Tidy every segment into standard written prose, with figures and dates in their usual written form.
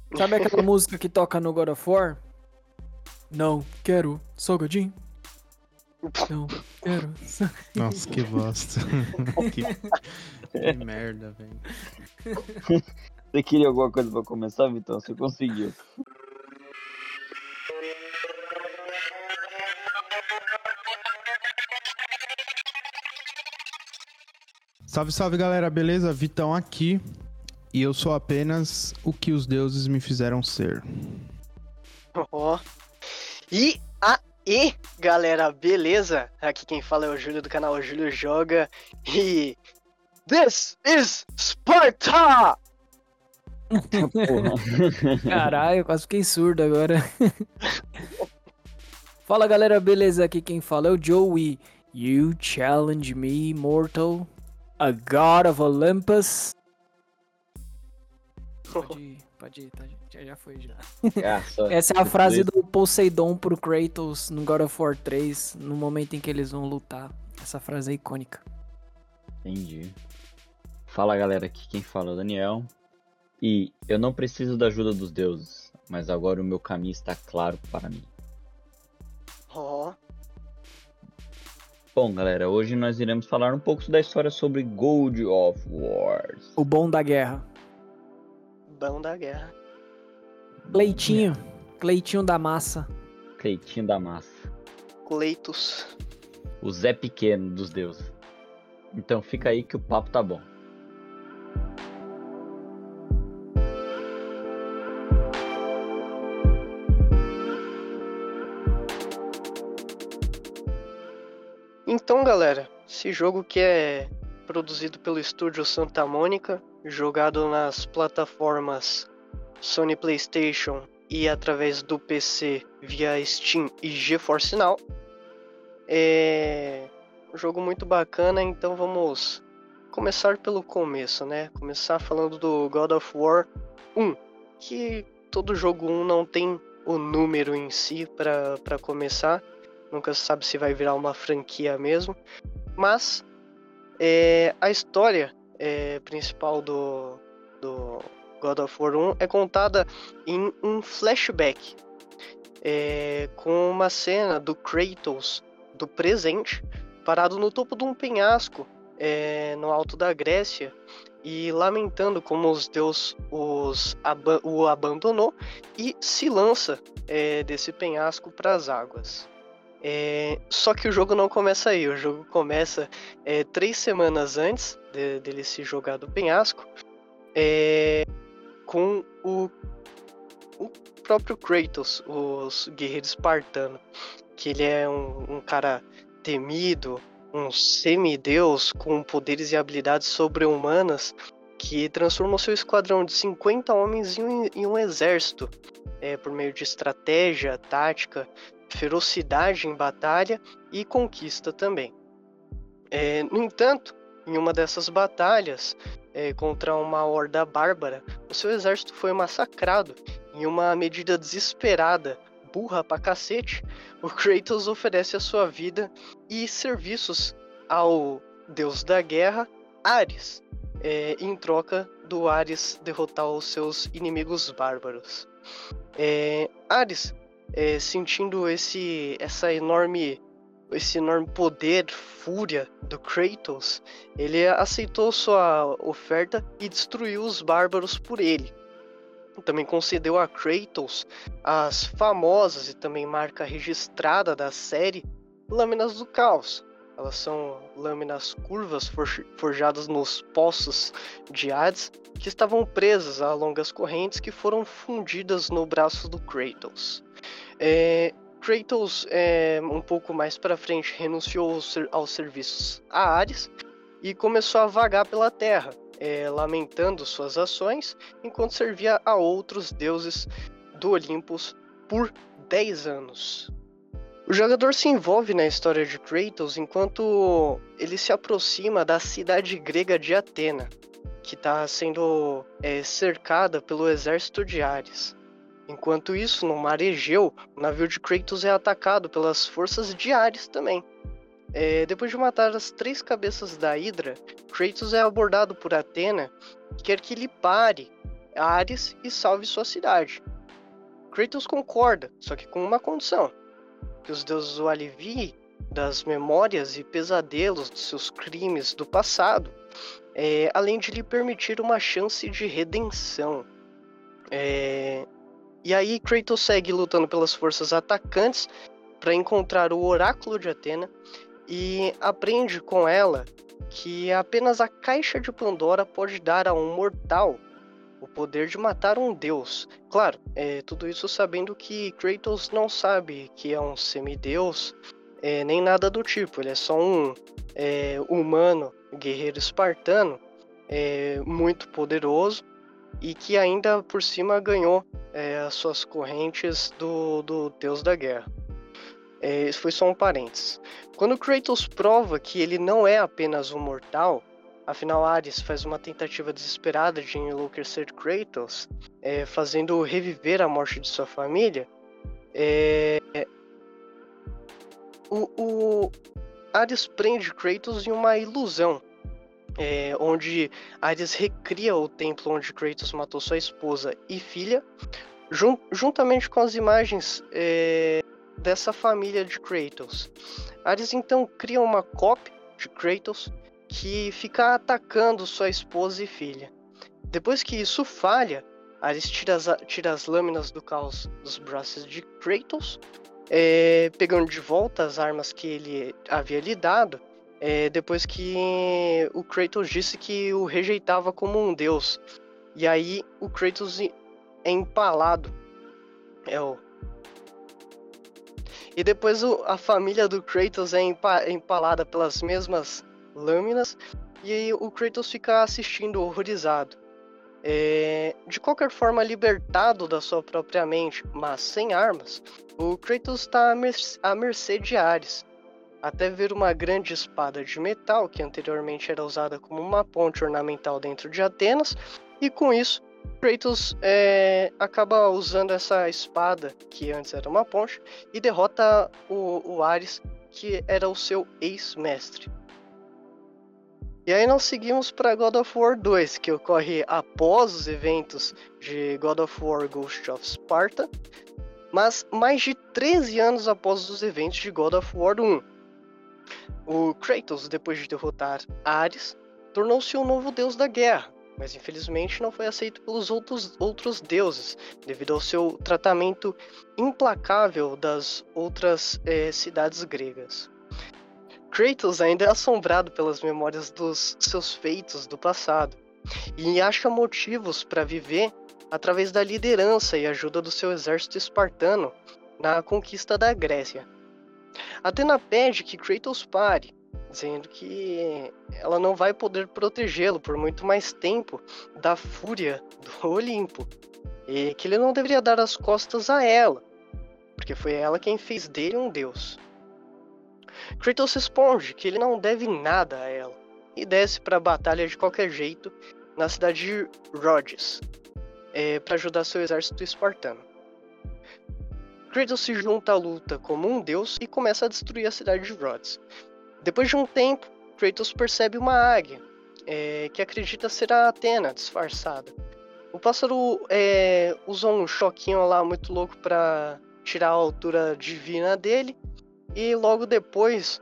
Sabe aquela música que toca no God of War? Não quero salgadinho. Não quero. Nossa, que bosta. que merda, velho. Você queria alguma coisa pra começar, Vitão? Você conseguiu. Salve, salve, galera. Beleza? Vitão aqui. E eu sou apenas o que os deuses me fizeram ser. Ó. E aí, galera, beleza? Aqui quem fala é o Júlio do canal Júlio Joga. E This is Sparta! Caralho, eu quase fiquei surdo agora. Fala, galera, beleza? Aqui quem fala é o Joey. You challenge me, mortal, a god of Olympus. Pode ir, tá? Já foi, já. Essa é a frase do Poseidon pro Kratos no God of War 3, no momento em que eles vão lutar. Essa frase é icônica. Entendi. Fala, galera, aqui quem fala é o Daniel. E eu não preciso da ajuda dos deuses, mas agora o meu caminho está claro para mim. Ó. Bom, galera, hoje nós iremos falar um pouco da história sobre God of Wars. O bom da guerra. Bão da guerra. Cleitinho da massa. Cleitinho da massa. Cleitos. O Zé Pequeno dos deuses. Então fica aí que o papo tá bom. Então, galera, esse jogo que é produzido pelo estúdio Santa Mônica, jogado nas plataformas Sony PlayStation e através do PC via Steam e GeForce Now. É um jogo muito bacana, então vamos começar pelo começo, né? Começar falando do God of War 1, que todo jogo 1 não tem o número em si para começar. Nunca se sabe se vai virar uma franquia mesmo. Mas a história principal do God of War 1 é contada em um flashback. Com uma cena do Kratos do presente, parado no topo de um penhasco no alto da Grécia e lamentando como os deuses o abandonou e se lança desse penhasco para as águas. Só que o jogo não começa aí, o jogo começa 3 semanas antes dele se jogar do penhasco, com o próprio Kratos, os guerreiros espartanos, que ele é um cara temido, um semideus com poderes e habilidades sobre-humanas, que transforma o seu esquadrão de 50 homens em um exército, por meio de estratégia, tática, ferocidade em batalha e conquista também. No entanto, em uma dessas batalhas contra uma horda bárbara, o seu exército foi massacrado. Em uma medida desesperada, burra pra cacete, o Kratos oferece a sua vida e serviços ao deus da guerra, Ares, em troca do Ares derrotar os seus inimigos bárbaros. Ares, sentindo esse enorme poder, fúria do Kratos, ele aceitou sua oferta e destruiu os bárbaros por ele. Também concedeu a Kratos as famosas e também marca registrada da série Lâminas do Caos. Elas são lâminas curvas forjadas nos poços de Hades, que estavam presas a longas correntes que foram fundidas no braço do Kratos. Kratos, um pouco mais para frente, renunciou aos serviços a Ares e começou a vagar pela terra, lamentando suas ações, enquanto servia a outros deuses do Olympus por 10 anos. O jogador se envolve na história de Kratos enquanto ele se aproxima da cidade grega de Atena, que está sendo cercada pelo exército de Ares. Enquanto isso, no mar Egeu, o navio de Kratos é atacado pelas forças de Ares também. Depois de matar as 3 cabeças da Hidra, Kratos é abordado por Atena, que quer que ele pare Ares e salve sua cidade. Kratos concorda, só que com uma condição: que os deuses o aliviem das memórias e pesadelos dos seus crimes do passado, além de lhe permitir uma chance de redenção. E aí Kratos segue lutando pelas forças atacantes para encontrar o Oráculo de Atena e aprende com ela que apenas a Caixa de Pandora pode dar a um mortal o poder de matar um deus. Claro, tudo isso sabendo que Kratos não sabe que é um semideus, nem nada do tipo. Ele é só um humano, guerreiro espartano, muito poderoso, e que ainda por cima ganhou as suas correntes do deus da guerra. Isso foi só um parênteses. Quando Kratos prova que ele não é apenas um mortal, afinal Ares faz uma tentativa desesperada de enlouquecer Kratos, fazendo reviver a morte de sua família, o Ares prende Kratos em uma ilusão, onde Ares recria o templo onde Kratos matou sua esposa e filha, juntamente com as imagens dessa família de Kratos. Ares então cria uma cópia de Kratos que fica atacando sua esposa e filha. Depois que isso falha, Ares tira as lâminas do caos dos braços de Kratos, pegando de volta as armas que ele havia lhe dado, depois que o Kratos disse que o rejeitava como um deus. E aí o Kratos é empalado. E depois a família do Kratos é empalada pelas mesmas lâminas, e aí o Kratos fica assistindo horrorizado. De qualquer forma, libertado da sua própria mente, mas sem armas, o Kratos está à mercê de Ares, até ver uma grande espada de metal que anteriormente era usada como uma ponte ornamental dentro de Atenas, e com isso Kratos acaba usando essa espada, que antes era uma ponte, e derrota o Ares, que era o seu ex-mestre. E aí nós seguimos para God of War 2, que ocorre após os eventos de God of War Ghost of Sparta, mas mais de 13 anos após os eventos de God of War 1. O Kratos, depois de derrotar Ares, tornou-se o novo deus da guerra, mas infelizmente não foi aceito pelos outros deuses, devido ao seu tratamento implacável das outras cidades gregas. Kratos ainda é assombrado pelas memórias dos seus feitos do passado, e acha motivos para viver através da liderança e ajuda do seu exército espartano na conquista da Grécia. Atena pede que Kratos pare, dizendo que ela não vai poder protegê-lo por muito mais tempo da fúria do Olimpo, e que ele não deveria dar as costas a ela, porque foi ela quem fez dele um deus. Kratos responde que ele não deve nada a ela, e desce para a batalha de qualquer jeito na cidade de Rhodes, para ajudar seu exército espartano. Kratos se junta à luta como um deus e começa a destruir a cidade de Rhodes. Depois de um tempo, Kratos percebe uma águia, que acredita ser a Atena disfarçada. O pássaro usa um choquinho lá muito louco para tirar a altura divina dele, e logo depois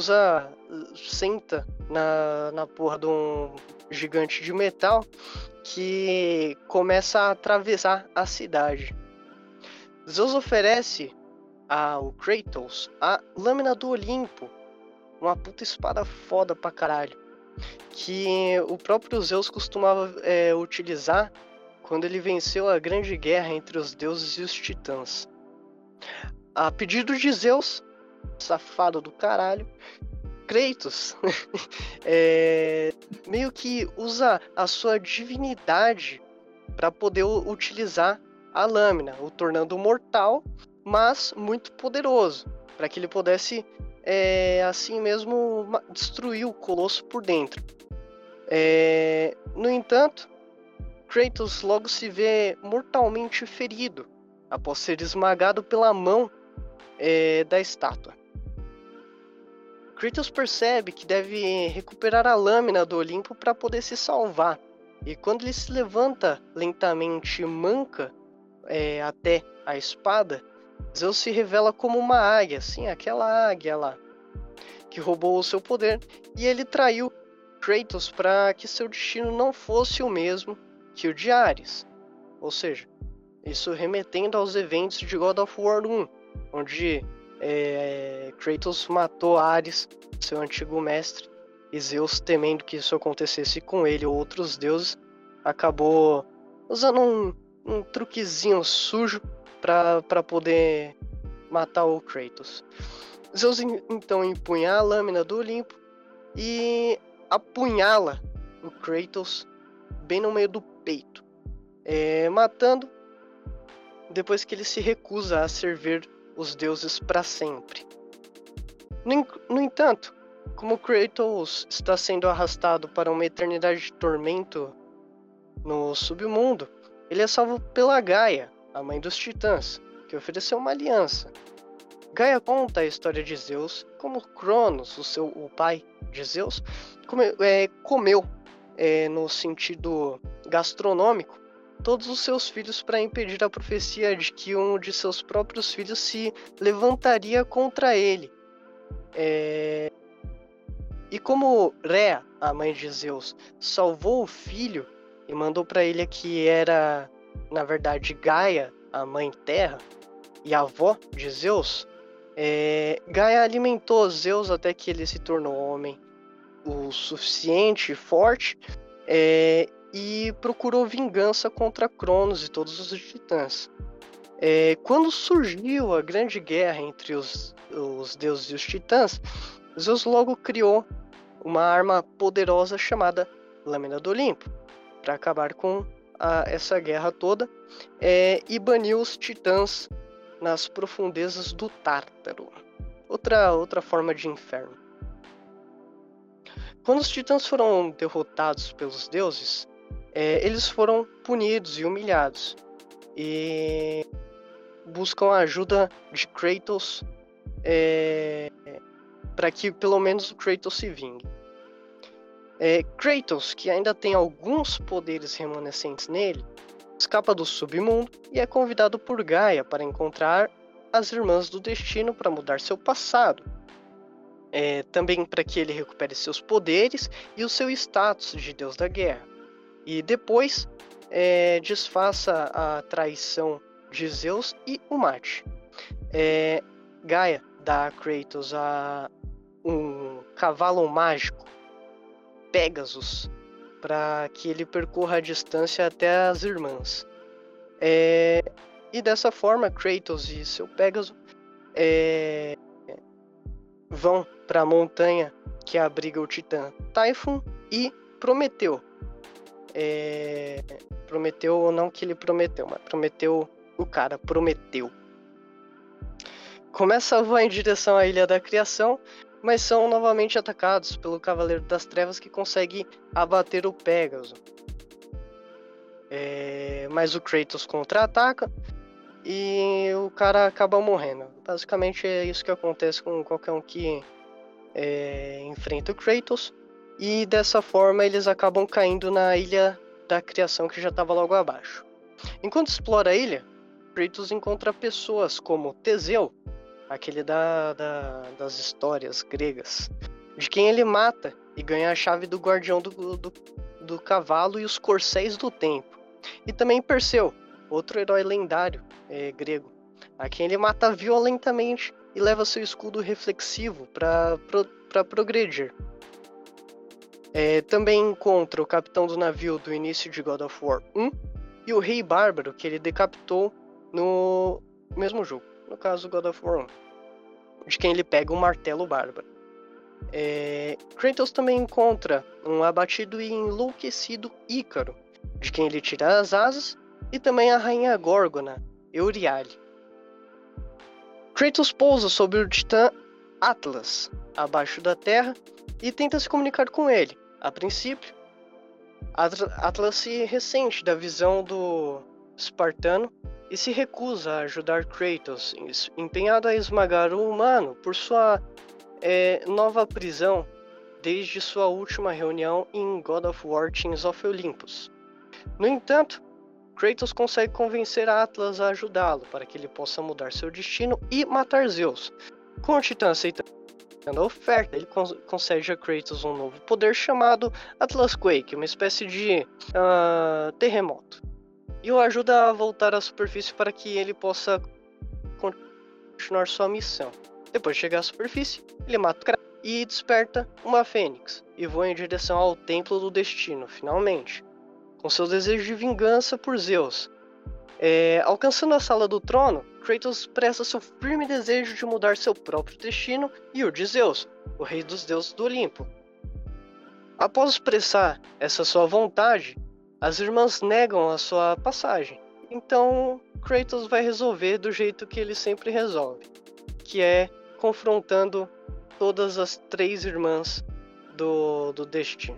senta na porra de um gigante de metal que começa a atravessar a cidade. Zeus oferece ao Kratos a Lâmina do Olimpo, uma puta espada foda pra caralho, que o próprio Zeus costumava utilizar quando ele venceu a grande guerra entre os deuses e os titãs. A pedido de Zeus, safado do caralho, Kratos meio que usa a sua divindade para poder utilizar a lâmina, o tornando mortal, mas muito poderoso, para que ele pudesse assim mesmo destruir o Colosso por dentro. No entanto, Kratos logo se vê mortalmente ferido após ser esmagado pela mão da estátua. Kratos percebe que deve recuperar a lâmina do Olimpo para poder se salvar, E quando ele se levanta lentamente, manca até a espada, Zeus se revela como uma águia, sim, aquela águia lá, que roubou o seu poder, e ele traiu Kratos para que seu destino não fosse o mesmo que o de Ares. Ou seja, isso remetendo aos eventos de God of War 1, onde Kratos matou Ares, seu antigo mestre, e Zeus, temendo que isso acontecesse com ele ou outros deuses, acabou usando um truquezinho sujo para poder matar o Kratos. Zeus então empunha a lâmina do Olimpo e apunhala o Kratos bem no meio do peito, matando depois que ele se recusa a servir os deuses para sempre. No entanto, como Kratos está sendo arrastado para uma eternidade de tormento no submundo, ele é salvo pela Gaia, a mãe dos titãs, que ofereceu uma aliança. Gaia conta a história de Zeus, como Cronos, o pai de Zeus, comeu, no sentido gastronômico, todos os seus filhos para impedir a profecia de que um de seus próprios filhos se levantaria contra ele. E como Rhea, a mãe de Zeus, salvou o filho e mandou para ele que era, na verdade, Gaia, a mãe terra, e a avó de Zeus, Gaia alimentou Zeus até que ele se tornou homem o suficiente forte e procurou vingança contra Cronos e todos os titãs. Quando surgiu a grande guerra entre os deuses e os titãs, Zeus logo criou uma arma poderosa chamada Lâmina do Olimpo para acabar com essa guerra toda e baniu os titãs nas profundezas do Tártaro, outra forma de inferno. Quando os titãs foram derrotados pelos deuses, eles foram punidos e humilhados e buscam a ajuda de Kratos para que pelo menos o Kratos se vingue. Kratos, que ainda tem alguns poderes remanescentes nele, escapa do submundo e é convidado por Gaia para encontrar as Irmãs do Destino para mudar seu passado. Também para que ele recupere seus poderes e o seu status de Deus da Guerra. E depois desfaça a traição de Zeus e o mate. Gaia dá a Kratos um cavalo mágico, Pegasus, para que ele percorra a distância até as irmãs. E dessa forma, Kratos e seu Pegasus vão para a montanha que abriga o titã Typhon e Prometeu. Prometeu, não que ele prometeu, mas Prometeu, o cara prometeu. Começa a voar em direção à Ilha da Criação, mas são novamente atacados pelo Cavaleiro das Trevas, que consegue abater o Pégaso. Mas o Kratos contra-ataca e o cara acaba morrendo. Basicamente é isso que acontece com qualquer um que enfrenta o Kratos. E dessa forma eles acabam caindo na Ilha da Criação, que já estava logo abaixo. Enquanto explora a ilha, Kratos encontra pessoas como Teseu, aquele das histórias gregas, de quem ele mata e ganha a chave do guardião do cavalo e os corcéis do tempo. E também Perseu, outro herói lendário grego, a quem ele mata violentamente e leva seu escudo reflexivo para progredir. Também encontra o capitão do navio do início de God of War 1 e o rei bárbaro, que ele decapitou no mesmo jogo, no caso God of War 1, de quem ele pega o martelo bárbaro. Kratos também encontra um abatido e enlouquecido Ícaro, de quem ele tira as asas, e também a rainha Górgona, Euríale. Kratos pousa sobre o titã Atlas, abaixo da terra, e tenta se comunicar com ele. A princípio, Atlas se ressente da visão do espartano e se recusa a ajudar Kratos, empenhado a esmagar o humano por sua nova prisão desde sua última reunião em God of War Tears of Olympus. No entanto, Kratos consegue convencer Atlas a ajudá-lo para que ele possa mudar seu destino e matar Zeus. Com o Titã aceitando a oferta, ele concede a Kratos um novo poder chamado Atlas Quake, uma espécie de terremoto. E o ajuda a voltar à superfície para que ele possa continuar sua missão. Depois de chegar à superfície, ele mata o cara e desperta uma fênix e voa em direção ao Templo do Destino, finalmente, com seu desejo de vingança por Zeus. Alcançando a Sala do Trono, Kratos expressa seu firme desejo de mudar seu próprio destino e o de Zeus, o rei dos deuses do Olimpo. Após expressar essa sua vontade, as irmãs negam a sua passagem. Então, Kratos vai resolver do jeito que ele sempre resolve, que é confrontando todas as 3 irmãs do destino.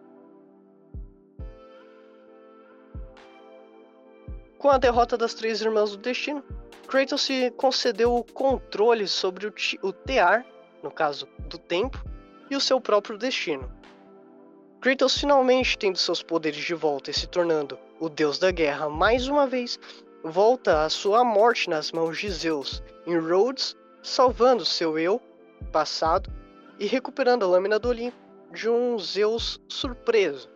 Com a derrota das 3 irmãs do destino, Kratos se concedeu o controle sobre o Tear, no caso do tempo, e o seu próprio destino. Kratos finalmente tendo seus poderes de volta e se tornando o deus da guerra mais uma vez, volta a sua morte nas mãos de Zeus em Rhodes, salvando seu eu passado e recuperando a lâmina do Olimpo de um Zeus surpreso.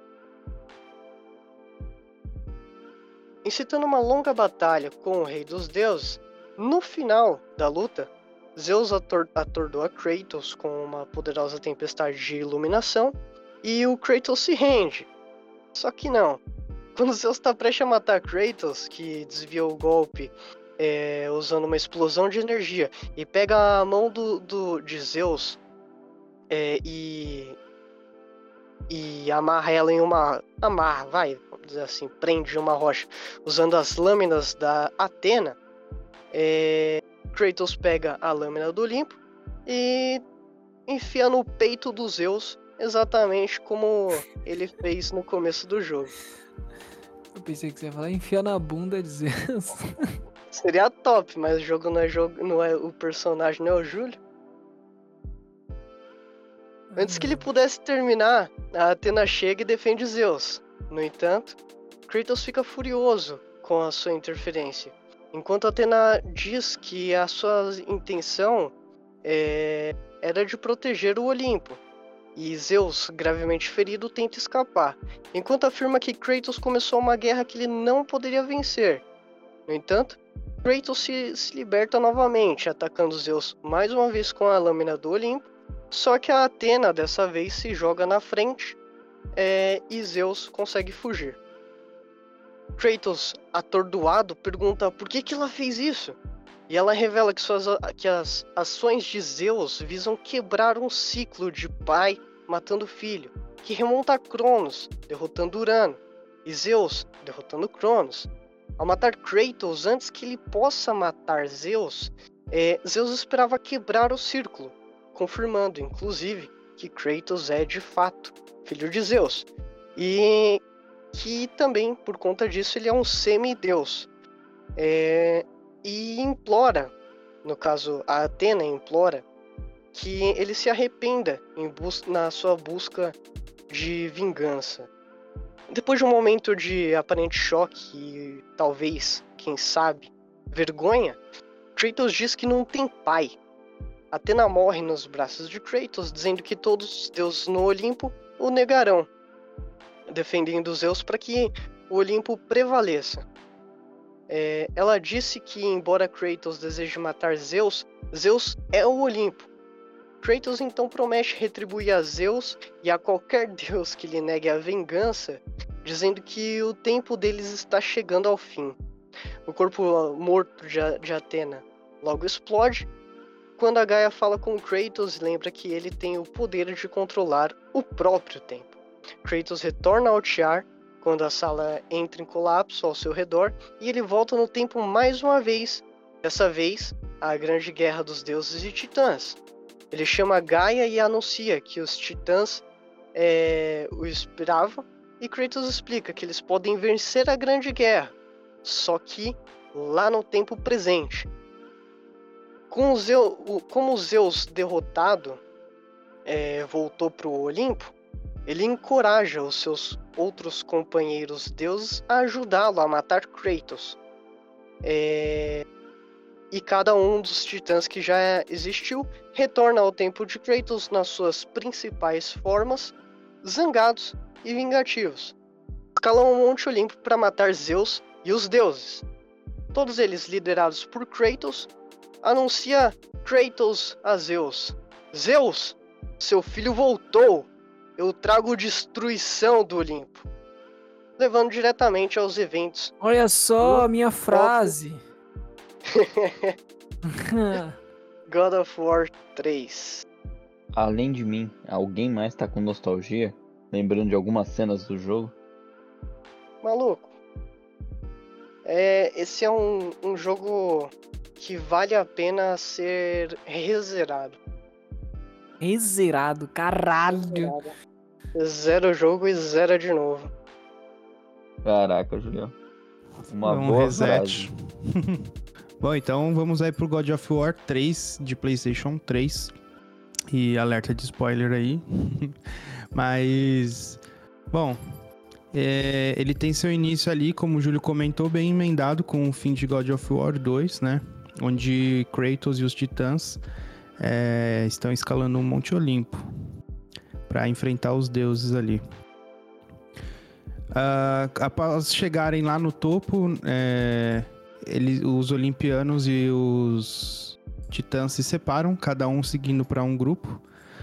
Incitando uma longa batalha com o Rei dos Deuses, no final da luta, Zeus atordoa Kratos com uma poderosa tempestade de iluminação e o Kratos se rende. Só que não. Quando Zeus está prestes a matar Kratos, que desviou o golpe usando uma explosão de energia, e pega a mão de Zeus e amarra ela em uma... vamos dizer assim, prende uma rocha, usando as lâminas da Atena, Kratos pega a lâmina do Olimpo e enfia no peito do Zeus, exatamente como ele fez no começo do jogo. Eu pensei que você ia falar enfia na bunda de Zeus. Seria top, mas o jogo não é o personagem, não é o Júlio. Antes que ele pudesse terminar, a Atena chega e defende Zeus. No entanto, Kratos fica furioso com a sua interferência, enquanto Atena diz que a sua intenção era de proteger o Olimpo, e Zeus, gravemente ferido, tenta escapar, enquanto afirma que Kratos começou uma guerra que ele não poderia vencer. No entanto, Kratos se liberta novamente, atacando Zeus mais uma vez com a lâmina do Olimpo, só que a Atena dessa vez se joga na frente e Zeus consegue fugir. Kratos, atordoado, pergunta por que ela fez isso, e ela revela que as ações de Zeus visam quebrar um ciclo de pai matando filho, que remonta a Cronos, derrotando Urano, e Zeus, derrotando Cronos. Ao matar Kratos antes que ele possa matar Zeus, Zeus esperava quebrar o círculo, confirmando, inclusive, que Kratos é, de fato, filho de Zeus. E que também, por conta disso, ele é um semideus. E implora, no caso, a Atena implora, que ele se arrependa na sua busca de vingança. Depois de um momento de aparente choque e talvez, quem sabe, vergonha, Kratos diz que não tem pai. Atena morre nos braços de Kratos, dizendo que todos os deuses no Olimpo o negarão, defendendo Zeus para que o Olimpo prevaleça. Ela disse que, embora Kratos deseje matar Zeus, Zeus é o Olimpo. Kratos então promete retribuir a Zeus e a qualquer deus que lhe negue a vingança, dizendo que o tempo deles está chegando ao fim. O corpo morto de Atena logo explode, quando a Gaia fala com Kratos e lembra que ele tem o poder de controlar o próprio tempo. Kratos retorna ao Tear quando a sala entra em colapso ao seu redor e ele volta no tempo mais uma vez, dessa vez a grande guerra dos deuses e titãs. Ele chama Gaia e anuncia que os titãs o esperavam, e Kratos explica que eles podem vencer a grande guerra, só que lá no tempo presente. Como Zeus derrotado voltou para o Olimpo, ele encoraja os seus outros companheiros deuses a ajudá-lo a matar Kratos. E cada um dos titãs que já existiu retorna ao tempo de Kratos nas suas principais formas, zangados e vingativos. Escalam o Monte Olimpo para matar Zeus e os deuses. Todos eles liderados por Kratos, anuncia Kratos a Zeus: Zeus, seu filho voltou, eu trago destruição do Olimpo. Levando diretamente aos eventos. Olha só a minha frase. God of War 3. Além de mim, alguém mais tá com nostalgia? Lembrando de algumas cenas do jogo? Maluco. Esse é um jogo que vale a pena ser rezerado. Rezerado, caralho. Zero o jogo e zero de novo. Caraca, Julião. Uma um boa reset. frase. Bom, então vamos aí pro God of War 3 de PlayStation 3. E alerta de spoiler aí. Mas, bom, ele tem seu início ali, como o Júlio comentou, bem emendado com o fim de God of War 2, né? Onde Kratos e os titãs estão escalando um Monte Olimpo para enfrentar os deuses ali. Após chegarem lá no topo, os olimpianos e os titãs se separam, cada um seguindo para um grupo.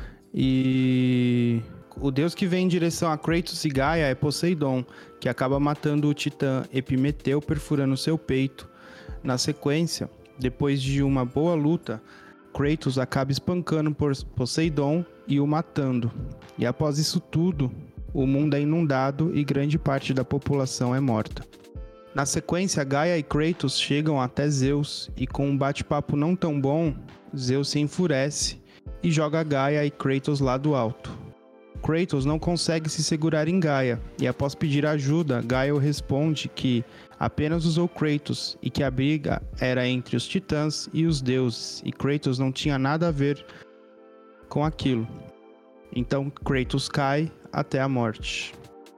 E o deus que vem em direção a Kratos e Gaia é Poseidon, que acaba matando o titã Epimeteu, perfurando seu peito. Na sequência, depois de uma boa luta, Kratos acaba espancando Poseidon e o matando. E após isso tudo, o mundo é inundado e grande parte da população é morta. Na sequência, Gaia e Kratos chegam até Zeus e com um bate-papo não tão bom, Zeus se enfurece e joga Gaia e Kratos lá do alto. Kratos não consegue se segurar em Gaia e após pedir ajuda, Gaia responde que apenas usou Kratos e que a briga era entre os titãs e os deuses e Kratos não tinha nada a ver com aquilo. Então Kratos cai até a morte.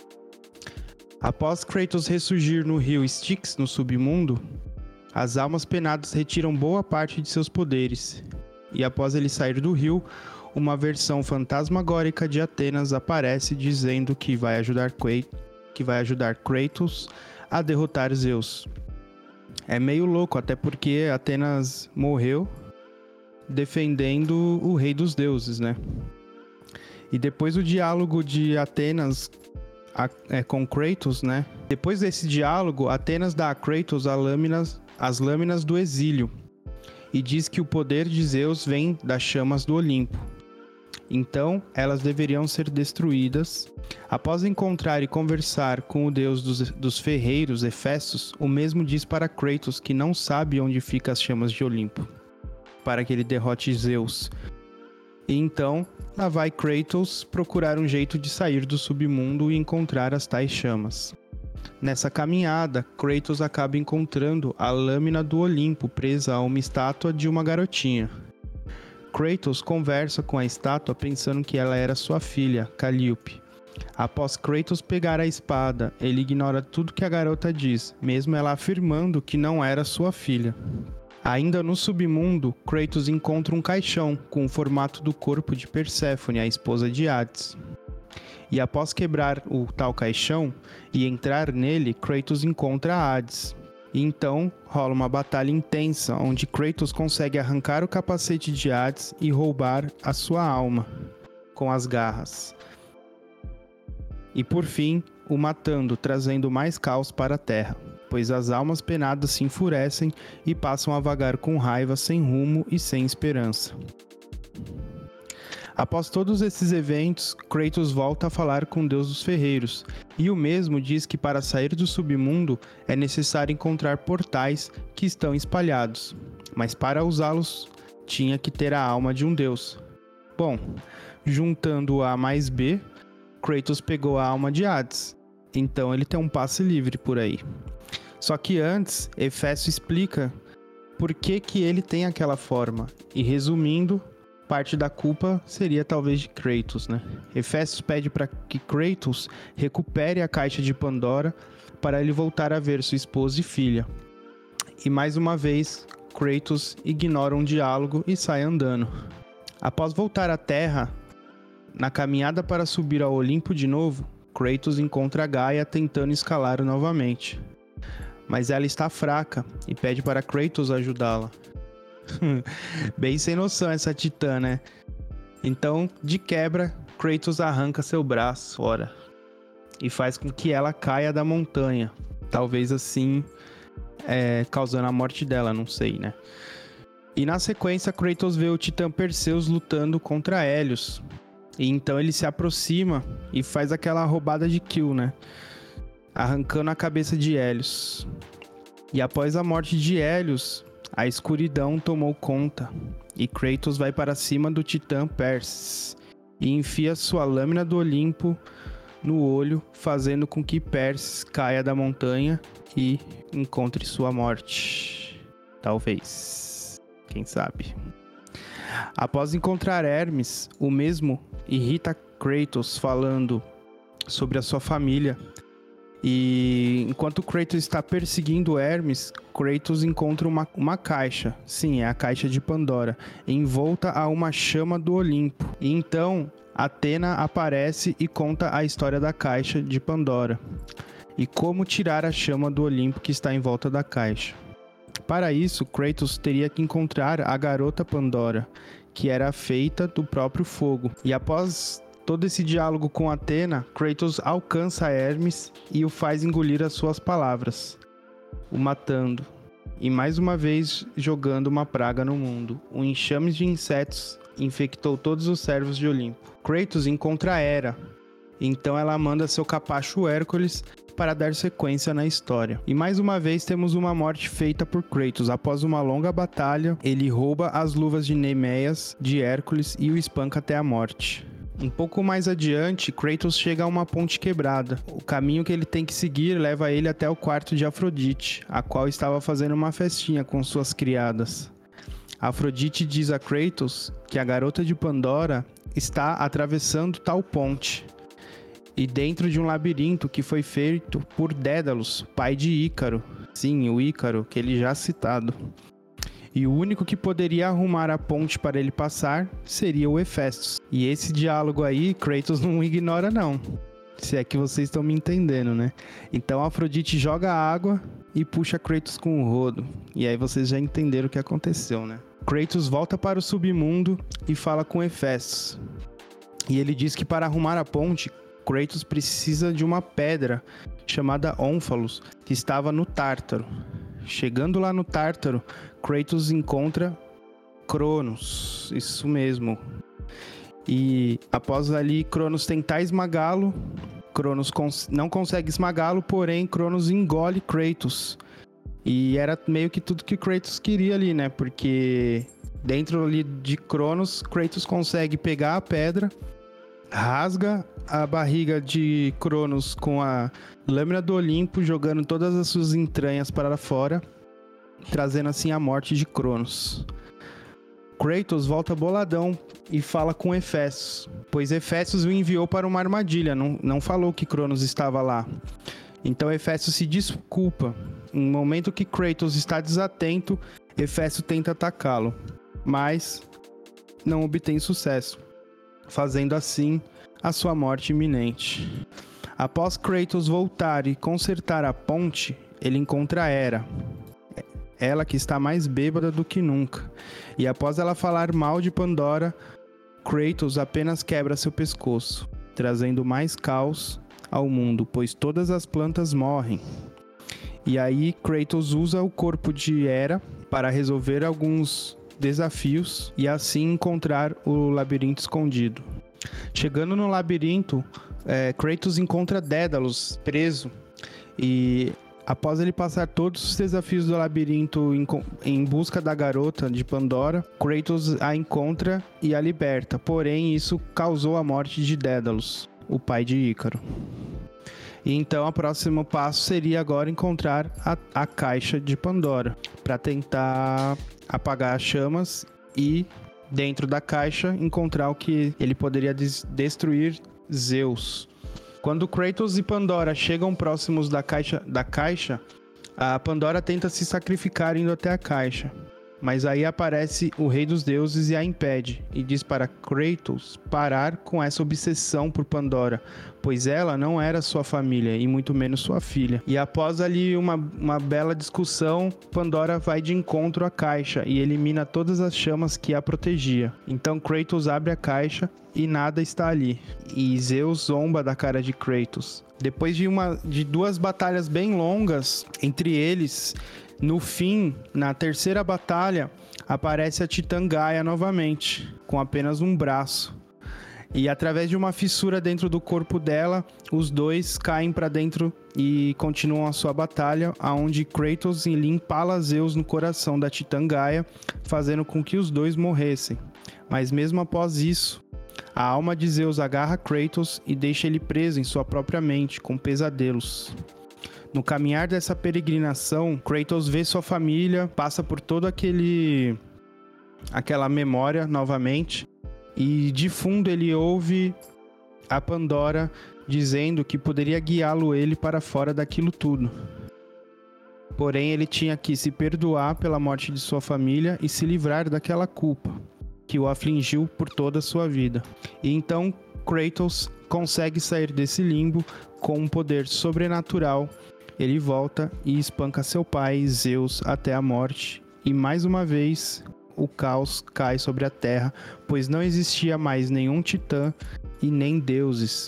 Após Kratos ressurgir no rio Styx, no submundo, as almas penadas retiram boa parte de seus poderes. E após ele sair do rio, uma versão fantasmagórica de Atenas aparece dizendo que vai ajudar Kratos a derrotar Zeus. É meio louco, até porque Atenas morreu defendendo o rei dos deuses, né? E depois do diálogo de Atenas com Kratos, né? Depois desse diálogo, Atenas dá a Kratos as lâminas do exílio e diz que o poder de Zeus vem das chamas do Olimpo. Então, elas deveriam ser destruídas. Após encontrar e conversar com o deus dos ferreiros, Hefestos, o mesmo diz para Kratos que não sabe onde ficam as chamas de Olimpo, para que ele derrote Zeus. E então, lá vai Kratos procurar um jeito de sair do submundo e encontrar as tais chamas. Nessa caminhada, Kratos acaba encontrando a lâmina do Olimpo presa a uma estátua de uma garotinha. Kratos conversa com a estátua pensando que ela era sua filha, Calliope. Após Kratos pegar a espada, ele ignora tudo que a garota diz, mesmo ela afirmando que não era sua filha. Ainda no submundo, Kratos encontra um caixão com o formato do corpo de Perséfone, a esposa de Hades. E após quebrar o tal caixão e entrar nele, Kratos encontra Hades. E então rola uma batalha intensa, onde Kratos consegue arrancar o capacete de Hades e roubar a sua alma com as garras. E por fim, o matando, trazendo mais caos para a Terra, pois as almas penadas se enfurecem e passam a vagar com raiva, sem rumo e sem esperança. Após todos esses eventos, Kratos volta a falar com o deus dos ferreiros, e o mesmo diz que para sair do submundo é necessário encontrar portais que estão espalhados, mas para usá-los tinha que ter a alma de um deus. Bom, juntando A mais B, Kratos pegou a alma de Hades, então ele tem um passe livre por aí. Só que antes, Hefesto explica por que ele tem aquela forma, e resumindo, parte da culpa seria talvez de Kratos, né? Hefestos pede para que Kratos recupere a caixa de Pandora para ele voltar a ver sua esposa e filha. E mais uma vez, Kratos ignora um diálogo e sai andando. Após voltar à Terra, na caminhada para subir ao Olimpo de novo, Kratos encontra Gaia tentando escalar novamente. Mas ela está fraca e pede para Kratos ajudá-la. Bem sem noção essa titã, né? Então, de quebra, Kratos arranca seu braço fora e faz com que ela caia da montanha. Talvez assim, causando a morte dela, não sei, né? E na sequência, Kratos vê o titã Perseus lutando contra Hélios. E então ele se aproxima e faz aquela roubada de kill, né? Arrancando a cabeça de Hélios. E após a morte de Hélios, a escuridão tomou conta, e Kratos vai para cima do titã Perses, e enfia sua lâmina do Olimpo no olho, fazendo com que Perses caia da montanha e encontre sua morte. Talvez. Quem sabe? Após encontrar Hermes, o mesmo irrita Kratos falando sobre a sua família. E enquanto Kratos está perseguindo Hermes, Kratos encontra uma caixa. Sim, é a caixa de Pandora, envolta a uma chama do Olimpo. E então, Atena aparece e conta a história da caixa de Pandora. E como tirar a chama do Olimpo que está em volta da caixa. Para isso, Kratos teria que encontrar a garota Pandora, que era feita do próprio fogo. E após todo esse diálogo com Atena, Kratos alcança Hermes e o faz engolir as suas palavras, o matando. E mais uma vez jogando uma praga no mundo. Um enxame de insetos infectou todos os servos de Olimpo. Kratos encontra Hera, então ela manda seu capacho Hércules para dar sequência na história. E mais uma vez temos uma morte feita por Kratos. Após uma longa batalha, ele rouba as luvas de Nemeias de Hércules e o espanca até a morte. Um pouco mais adiante, Kratos chega a uma ponte quebrada. O caminho que ele tem que seguir leva ele até o quarto de Afrodite, a qual estava fazendo uma festinha com suas criadas. Afrodite diz a Kratos que a garota de Pandora está atravessando tal ponte, e dentro de um labirinto que foi feito por Dédalus, pai de Ícaro. Sim, o Ícaro, que ele já citado. E o único que poderia arrumar a ponte para ele passar seria o Hefestos. E esse diálogo aí, Kratos não ignora não. Se é que vocês estão me entendendo, né? Então Afrodite joga água e puxa Kratos com o rodo. E aí vocês já entenderam o que aconteceu, né? Kratos volta para o submundo e fala com Hefestos. E ele diz que para arrumar a ponte, Kratos precisa de uma pedra chamada Ónfalos, que estava no Tártaro. Chegando lá no Tártaro, Kratos encontra Cronos, isso mesmo. E após ali Cronos tentar esmagá-lo, Cronos não consegue esmagá-lo, porém Cronos engole Kratos. E era meio que tudo que Kratos queria ali, né? Porque dentro ali de Cronos, Kratos consegue pegar a pedra, rasga a barriga de Cronos com a lâmina do Olimpo, jogando todas as suas entranhas para fora, trazendo assim a morte de Cronos. Kratos volta boladão e fala com Hefestos, pois Hefestos o enviou para uma armadilha, não falou que Cronos estava lá. Então Hefestos se desculpa. Em um momento que Kratos está desatento, Hefestos tenta atacá-lo, mas não obtém sucesso, fazendo assim a sua morte iminente. Após Kratos voltar e consertar a ponte, ele encontra Hera, ela que está mais bêbada do que nunca. E após ela falar mal de Pandora, Kratos apenas quebra seu pescoço, trazendo mais caos ao mundo, pois todas as plantas morrem. E aí Kratos usa o corpo de Hera para resolver alguns desafios e assim encontrar o labirinto escondido. Chegando no labirinto, Kratos encontra Dédalus preso, e após ele passar todos os desafios do labirinto em busca da garota de Pandora, Kratos a encontra e a liberta, porém isso causou a morte de Dédalus, o pai de Ícaro. E então o próximo passo seria agora encontrar a caixa de Pandora, para tentar apagar as chamas e dentro da caixa, encontrar o que ele poderia destruir Zeus. Quando Kratos e Pandora chegam próximos da caixa, a Pandora tenta se sacrificar indo até a caixa. Mas aí aparece o Rei dos Deuses e a impede, e diz para Kratos parar com essa obsessão por Pandora, pois ela não era sua família, e muito menos sua filha. E após ali uma bela discussão, Pandora vai de encontro à caixa e elimina todas as chamas que a protegia. Então Kratos abre a caixa e nada está ali, e Zeus zomba da cara de Kratos. Depois de duas batalhas bem longas entre eles, no fim, na terceira batalha, aparece a Titã Gaia novamente, com apenas um braço. E através de uma fissura dentro do corpo dela, os dois caem para dentro e continuam a sua batalha, onde Kratos empala Zeus no coração da Titã Gaia, fazendo com que os dois morressem. Mas mesmo após isso, a alma de Zeus agarra Kratos e deixa ele preso em sua própria mente, com pesadelos. No caminhar dessa peregrinação, Kratos vê sua família, passa por toda aquela memória novamente, e de fundo ele ouve a Pandora dizendo que poderia guiá-lo ele para fora daquilo tudo. Porém, ele tinha que se perdoar pela morte de sua família e se livrar daquela culpa que o afligiu por toda a sua vida. E então Kratos consegue sair desse limbo com um poder sobrenatural. Ele volta e espanca seu pai, Zeus, até a morte. E mais uma vez, o caos cai sobre a terra, pois não existia mais nenhum titã e nem deuses.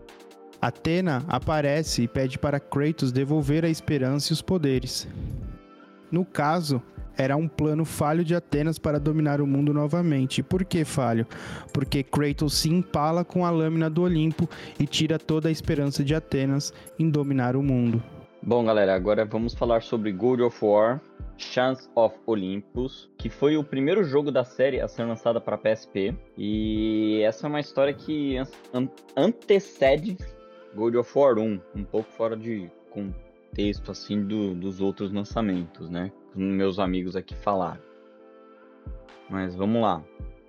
Atena aparece e pede para Kratos devolver a esperança e os poderes. No caso, era um plano falho de Atenas para dominar o mundo novamente. E por que falho? Porque Kratos se empala com a lâmina do Olimpo e tira toda a esperança de Atenas em dominar o mundo. Bom, galera, agora vamos falar sobre God of War, Chains of Olympus, que foi o primeiro jogo da série a ser lançada para PSP. E essa é uma história que antecede God of War 1, um pouco fora de contexto assim dos outros lançamentos, né? Que meus amigos aqui falaram. Mas vamos lá.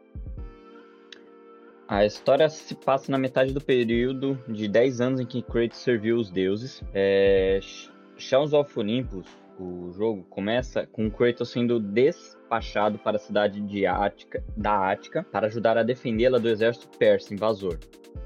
A história se passa na metade do período de 10 anos em que Kratos serviu os deuses. Chains of Olympus, o jogo, começa com Kratos sendo despachado para a cidade da Ática para ajudar a defendê-la do exército persa invasor.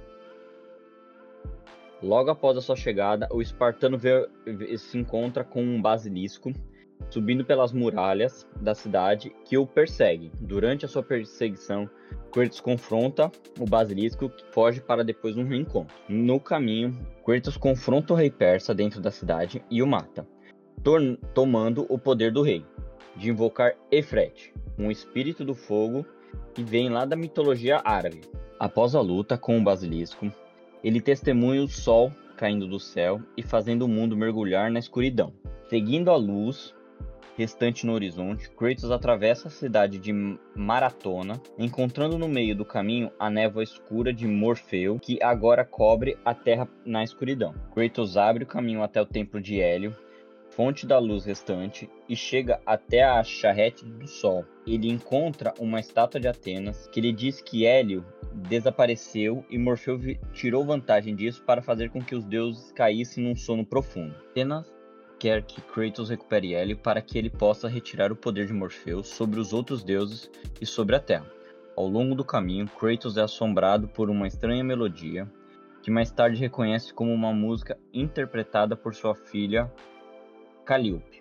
Logo após a sua chegada, o espartano se encontra com um basilisco subindo pelas muralhas da cidade que o persegue. Durante a sua perseguição, Kratos confronta o basilisco, que foge para depois um reencontro. No caminho, Kratos confronta o rei persa dentro da cidade e o mata, tomando o poder do rei, de invocar Efret, um espírito do fogo que vem lá da mitologia árabe. Após a luta com o basilisco, ele testemunha o sol caindo do céu e fazendo o mundo mergulhar na escuridão. Seguindo a luz restante no horizonte, Kratos atravessa a cidade de Maratona, encontrando no meio do caminho a névoa escura de Morfeu, que agora cobre a terra na escuridão. Kratos abre o caminho até o templo de Hélio, fonte da luz restante, e chega até a charrete do sol. Ele encontra uma estátua de Atenas, que lhe diz que Hélio desapareceu e Morfeu tirou vantagem disso para fazer com que os deuses caíssem num sono profundo. Atenas quer que Kratos recupere Hélio para que ele possa retirar o poder de Morfeu sobre os outros deuses e sobre a Terra. Ao longo do caminho, Kratos é assombrado por uma estranha melodia, que mais tarde reconhece como uma música interpretada por sua filha Calliope.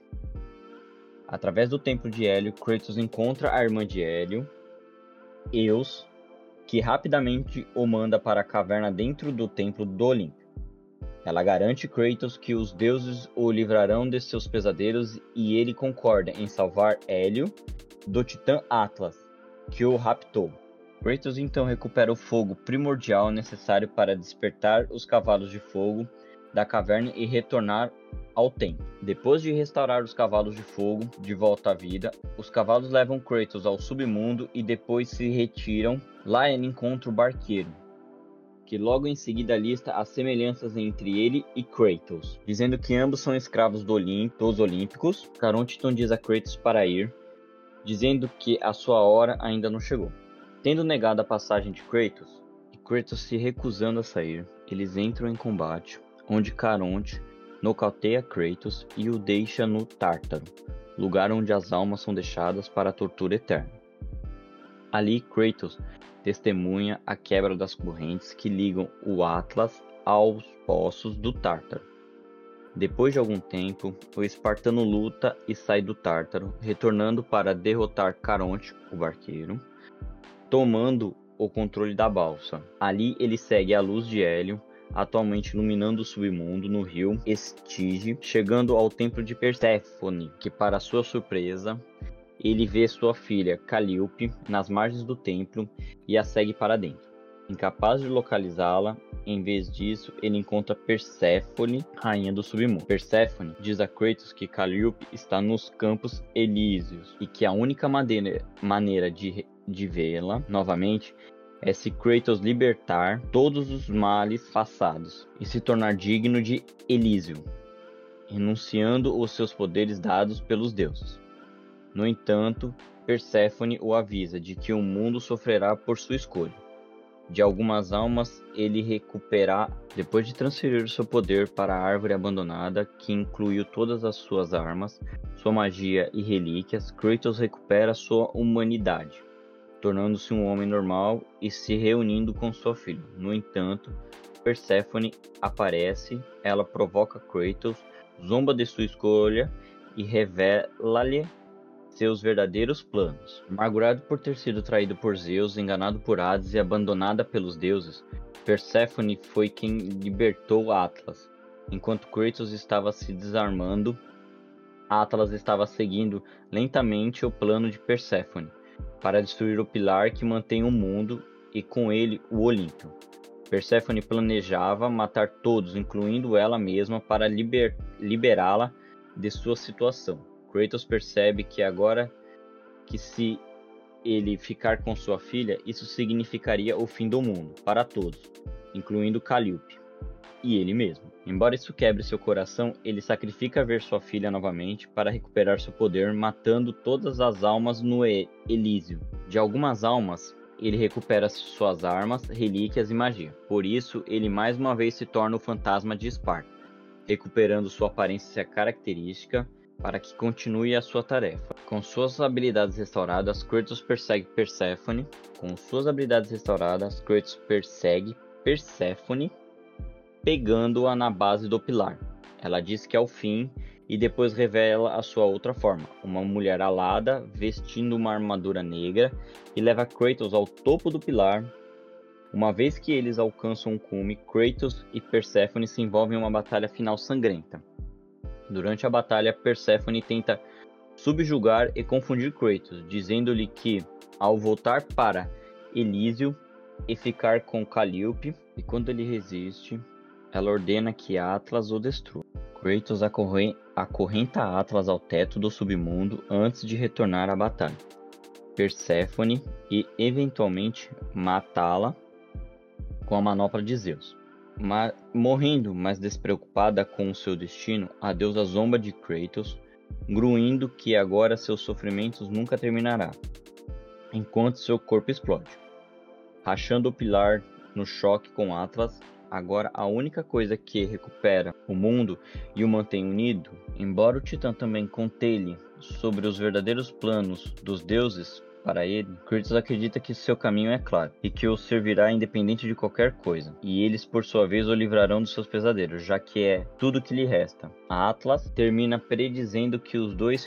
Através do templo de Hélio, Kratos encontra a irmã de Hélio, Eos, que rapidamente o manda para a caverna dentro do templo do Olimpo. Ela garante Kratos que os deuses o livrarão de seus pesadelos e ele concorda em salvar Hélio do titã Atlas, que o raptou. Kratos então recupera o fogo primordial necessário para despertar os cavalos de fogo da caverna e retornar ao templo. Depois de restaurar os cavalos de fogo de volta à vida, os cavalos levam Kratos ao submundo e depois se retiram. Lá ele encontra o barqueiro, que logo em seguida lista as semelhanças entre ele e Kratos, dizendo que ambos são escravos dos Olímpicos. Caronte então diz a Kratos para ir, dizendo que a sua hora ainda não chegou. Tendo negado a passagem de Kratos, e Kratos se recusando a sair, eles entram em combate, onde Caronte nocauteia Kratos e o deixa no Tártaro, lugar onde as almas são deixadas para a tortura eterna. Ali, Kratos testemunha a quebra das correntes que ligam o Atlas aos poços do Tártaro. Depois de algum tempo, o espartano luta e sai do Tártaro, retornando para derrotar Caronte, o barqueiro, tomando o controle da balsa. Ali ele segue a luz de Hélio, atualmente iluminando o submundo no rio Estige, chegando ao templo de Perséfone, que para sua surpresa, ele vê sua filha Calíope nas margens do templo e a segue para dentro. Incapaz de localizá-la, em vez disso, ele encontra Perséfone, rainha do submundo. Perséfone diz a Kratos que Calíope está nos Campos Elíseos e que a única maneira de vê-la novamente é se Kratos libertar todos os males passados e se tornar digno de Elísio, renunciando os seus poderes dados pelos deuses. No entanto, Perséfone o avisa de que o mundo sofrerá por sua escolha. De algumas almas ele recuperará depois de transferir o seu poder para a árvore abandonada, que incluiu todas as suas armas, sua magia e relíquias. Kratos recupera sua humanidade, tornando-se um homem normal e se reunindo com sua filha. No entanto, Perséfone aparece, ela provoca Kratos, zomba de sua escolha e revela-lhe seus verdadeiros planos. Amargurado por ter sido traído por Zeus, enganado por Hades e abandonada pelos deuses, Perséfone foi quem libertou Atlas. Enquanto Kratos estava se desarmando, Atlas estava seguindo lentamente o plano de Perséfone para destruir o pilar que mantém o mundo e com ele o Olímpio. Perséfone planejava matar todos, incluindo ela mesma, para liberá-la de sua situação. Kratos percebe que agora que se ele ficar com sua filha, isso significaria o fim do mundo, para todos, incluindo Calíope e ele mesmo. Embora isso quebre seu coração, ele sacrifica ver sua filha novamente para recuperar seu poder, matando todas as almas no Elísio. De algumas almas, ele recupera suas armas, relíquias e magia. Por isso, ele mais uma vez se torna o fantasma de Esparta, recuperando sua aparência característica para que continue a sua tarefa. Com suas habilidades restauradas, Kratos persegue Perséfone. Pegando-a na base do pilar. Ela diz que é o fim e depois revela a sua outra forma, uma mulher alada, vestindo uma armadura negra, e leva Kratos ao topo do pilar. Uma vez que eles alcançam um cume, Kratos e Perséfone se envolvem em uma batalha final sangrenta. Durante a batalha, Perséfone tenta subjugar e confundir Kratos, dizendo-lhe que, ao voltar para Elísio e ficar com Calíope, e quando ele resiste, ela ordena que Atlas o destrua. Kratos acorrenta Atlas ao teto do submundo antes de retornar à batalha. Perséfone e, eventualmente, matá-la com a manopla de Zeus. Morrendo, mas despreocupada com o seu destino, a deusa zomba de Kratos, gruindo que agora seus sofrimentos nunca terminará, enquanto seu corpo explode, rachando o pilar no choque com Atlas. Agora a única coisa que recupera o mundo e o mantém unido, embora o Titã também conte-lhe sobre os verdadeiros planos dos deuses para ele, Kratos acredita que seu caminho é claro e que o servirá independente de qualquer coisa, e eles por sua vez o livrarão dos seus pesadelos, já que é tudo que lhe resta. A Atlas termina predizendo que os dois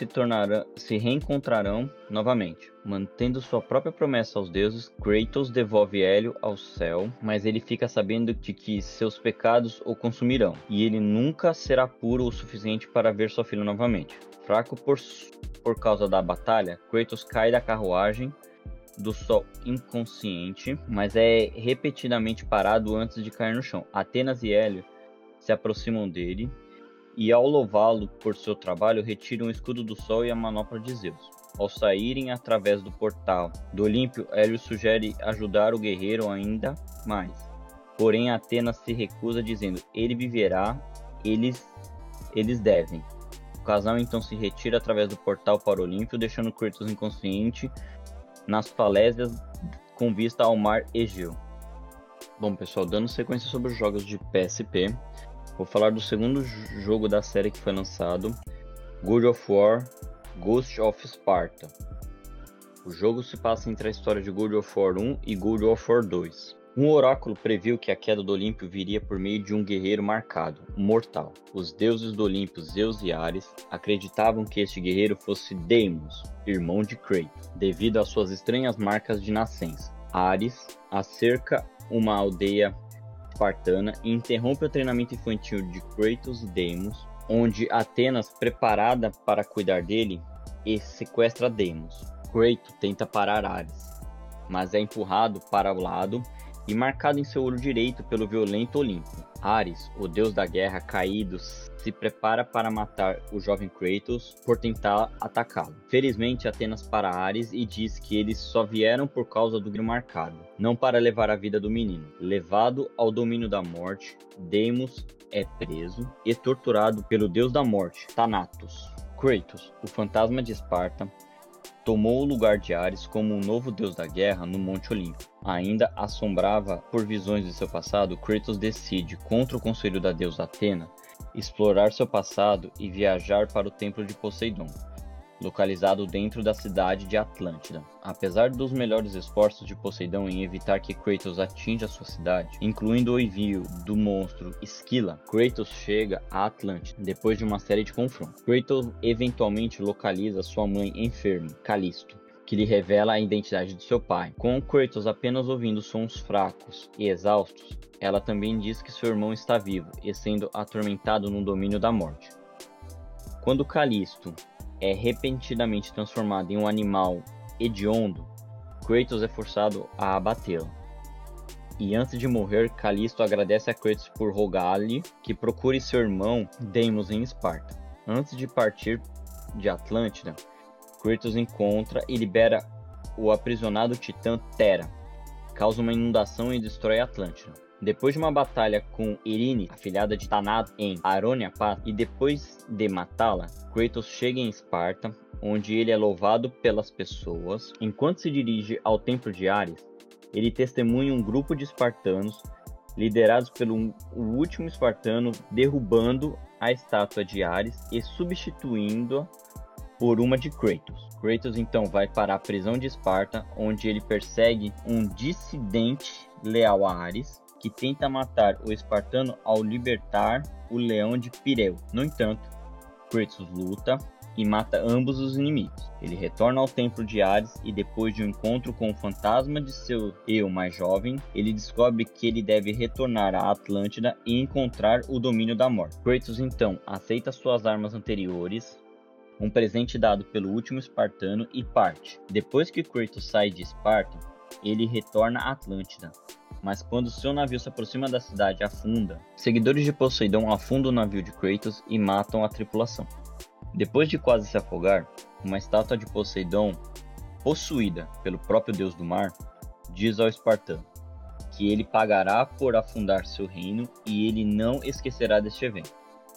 se reencontrarão novamente. Mantendo sua própria promessa aos deuses, Kratos devolve Hélio ao céu, mas ele fica sabendo de que seus pecados o consumirão, e ele nunca será puro o suficiente para ver sua filha novamente. Fraco por causa da batalha, Kratos cai da carruagem do sol inconsciente, mas é repetidamente parado antes de cair no chão. Atenas e Hélio se aproximam dele e, ao louvá-lo por seu trabalho, retiram o escudo do sol e a manopla de Zeus. Ao saírem através do portal do Olímpio, Hélio sugere ajudar o guerreiro ainda mais. Porém, Atenas se recusa, dizendo: ele viverá, eles devem. O casal então se retira através do portal para o Olímpio, deixando Kratos inconsciente nas falésias com vista ao mar Egeu. Bom, pessoal, dando sequência sobre os jogos de PSP, vou falar do segundo jogo da série que foi lançado, God of War Ghost of Sparta. O jogo se passa entre a história de God of War 1 e God of War 2. Um oráculo previu que a queda do Olímpio viria por meio de um guerreiro marcado, um mortal. Os deuses do Olímpio, Zeus e Ares, acreditavam que este guerreiro fosse Deimos, irmão de Kratos, devido às suas estranhas marcas de nascença. Ares acerca uma aldeia espartana e interrompe o treinamento infantil de Kratos e Deimos, onde Atenas, preparada para cuidar dele, sequestra Deimos. Kratos tenta parar Ares, mas é empurrado para o lado e marcado em seu olho direito pelo violento Olímpio. Ares, o deus da guerra caído, se prepara para matar o jovem Kratos por tentar atacá-lo. Felizmente, Atenas para Ares e diz que eles só vieram por causa do grito marcado, não para levar a vida do menino. Levado ao domínio da morte, Deimos é preso e torturado pelo deus da morte, Thanatos. Kratos, o fantasma de Esparta, tomou o lugar de Ares como um novo deus da guerra no Monte Olímpio. Ainda assombrava por visões de seu passado, Kratos decide, contra o conselho da deusa Atena, explorar seu passado e viajar para o templo de Poseidon, localizado dentro da cidade de Atlântida. Apesar dos melhores esforços de Poseidon em evitar que Kratos atinja sua cidade, incluindo o envio do monstro Esquila, Kratos chega a Atlântida depois de uma série de confrontos. Kratos eventualmente localiza sua mãe enferma, Calisto, que lhe revela a identidade de seu pai. Com Kratos apenas ouvindo sons fracos e exaustos, ela também diz que seu irmão está vivo e sendo atormentado no domínio da morte. Quando Calisto é repentinamente transformado em um animal hediondo, Kratos é forçado a abatê-la. E antes de morrer, Calisto agradece a Kratos por rogar-lhe que procure seu irmão Deimos em Esparta. Antes de partir de Atlântida, Kratos encontra e libera o aprisionado titã Thera, causa uma inundação e destrói Atlântida. Depois de uma batalha com Irine, afilhada de Thanatos, em Arônia Pass, e depois de matá-la, Kratos chega em Esparta, onde ele é louvado pelas pessoas. Enquanto se dirige ao templo de Ares, ele testemunha um grupo de espartanos, liderados pelo último espartano, derrubando a estátua de Ares e substituindo-a por uma de Kratos. Kratos então vai para a prisão de Esparta, onde ele persegue um dissidente leal a Ares, que tenta matar o espartano ao libertar o leão de Pireu. No entanto, Kratos luta e mata ambos os inimigos. Ele retorna ao templo de Ares e depois de um encontro com o fantasma de seu eu mais jovem, ele descobre que ele deve retornar à Atlântida e encontrar o domínio da morte. Kratos então aceita suas armas anteriores, um presente dado pelo último espartano, e parte. Depois que Kratos sai de Esparta, ele retorna à Atlântida. Mas quando seu navio se aproxima da cidade, afunda. Seguidores de Poseidon afundam o navio de Kratos e matam a tripulação. Depois de quase se afogar, uma estátua de Poseidon, possuída pelo próprio deus do mar, diz ao espartano que ele pagará por afundar seu reino e ele não esquecerá deste evento.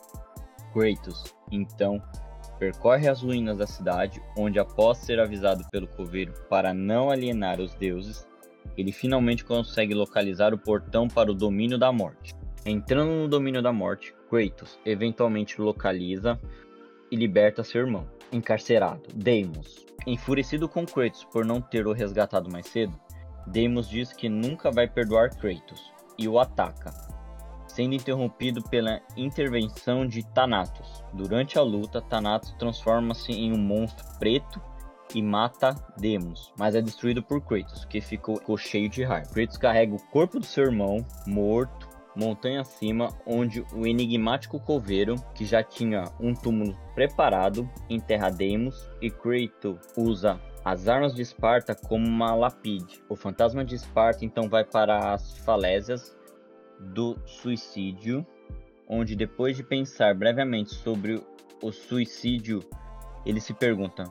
Kratos, então, percorre as ruínas da cidade, onde após ser avisado pelo coveiro para não alienar os deuses, ele finalmente consegue localizar o portão para o domínio da morte. Entrando no domínio da morte, Kratos eventualmente localiza e liberta seu irmão, encarcerado, Deimos. Enfurecido com Kratos por não ter o resgatado mais cedo, Deimos diz que nunca vai perdoar Kratos e o ataca, sendo interrompido pela intervenção de Thanatos. Durante a luta, Thanatos transforma-se em um monstro preto e mata Deimos, mas é destruído por Kratos, que ficou cheio de raiva. Kratos carrega o corpo do seu irmão, morto, montanha acima, onde o enigmático coveiro, que já tinha um túmulo preparado, enterra Deimos, e Kratos usa as armas de Esparta como uma lapide. O fantasma de Esparta então vai para as falésias do suicídio, onde depois de pensar brevemente sobre o suicídio, ele se pergunta: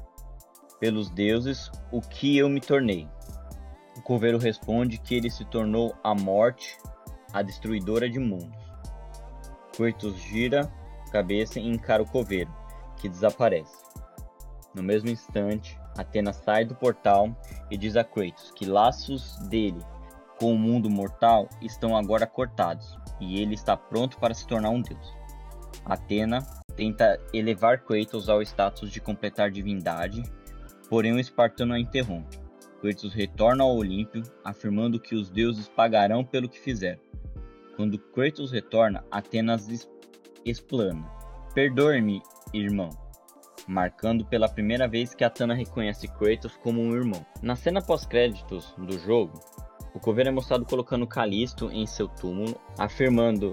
pelos deuses, o que eu me tornei? O coveiro responde que ele se tornou a morte, a destruidora de mundos. Kratos gira a cabeça e encara o coveiro, que desaparece. No mesmo instante, Atena sai do portal e diz a Kratos que laços dele com o mundo mortal estão agora cortados, e ele está pronto para se tornar um deus. Atena tenta elevar Kratos ao status de completar divindade, porém o espartano a interrompe. Kratos retorna ao Olímpio, afirmando que os deuses pagarão pelo que fizeram. Quando Kratos retorna, Atenas explana: "Perdoe-me, irmão", marcando pela primeira vez que Atena reconhece Kratos como um irmão. Na cena pós-créditos do jogo, o coveiro é mostrado colocando Calisto em seu túmulo, afirmando: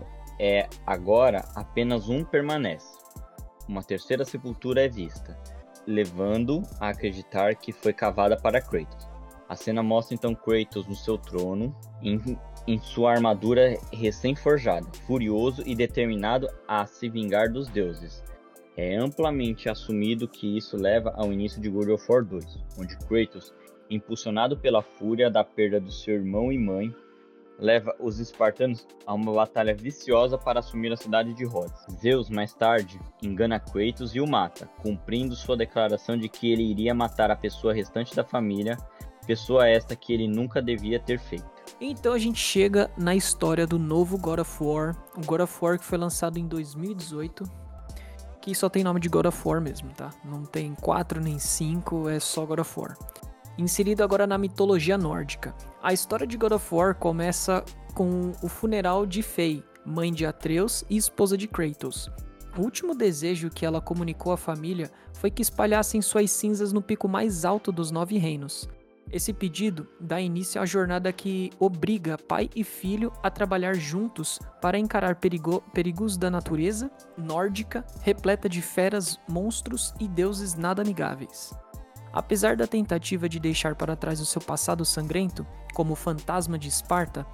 agora apenas um permanece. Uma terceira sepultura é vista, levando a acreditar que foi cavada para Kratos. A cena mostra então Kratos no seu trono, em sua armadura recém-forjada, furioso e determinado a se vingar dos deuses. É amplamente assumido que isso leva ao início de God of War 2, onde Kratos, impulsionado pela fúria da perda do seu irmão e mãe, leva os espartanos a uma batalha viciosa para assumir a cidade de Rhodes. Zeus, mais tarde, engana Kratos e o mata, cumprindo sua declaração de que ele iria matar a pessoa restante da família, pessoa esta que ele nunca devia ter feito. Então a gente chega na história do novo God of War, o God of War que foi lançado em 2018, que só tem nome de God of War mesmo, tá? Não tem 4 nem 5, é só God of War. Inserido agora na mitologia nórdica. A história de God of War começa com o funeral de Frey, mãe de Atreus e esposa de Kratos. O último desejo que ela comunicou à família foi que espalhassem suas cinzas no pico mais alto dos 9 reinos. Esse pedido dá início à jornada que obriga pai e filho a trabalhar juntos para encarar perigos da natureza nórdica, repleta de feras, monstros e deuses nada amigáveis. Apesar da tentativa de deixar para trás o seu passado sangrento, como o fantasma de Esparta,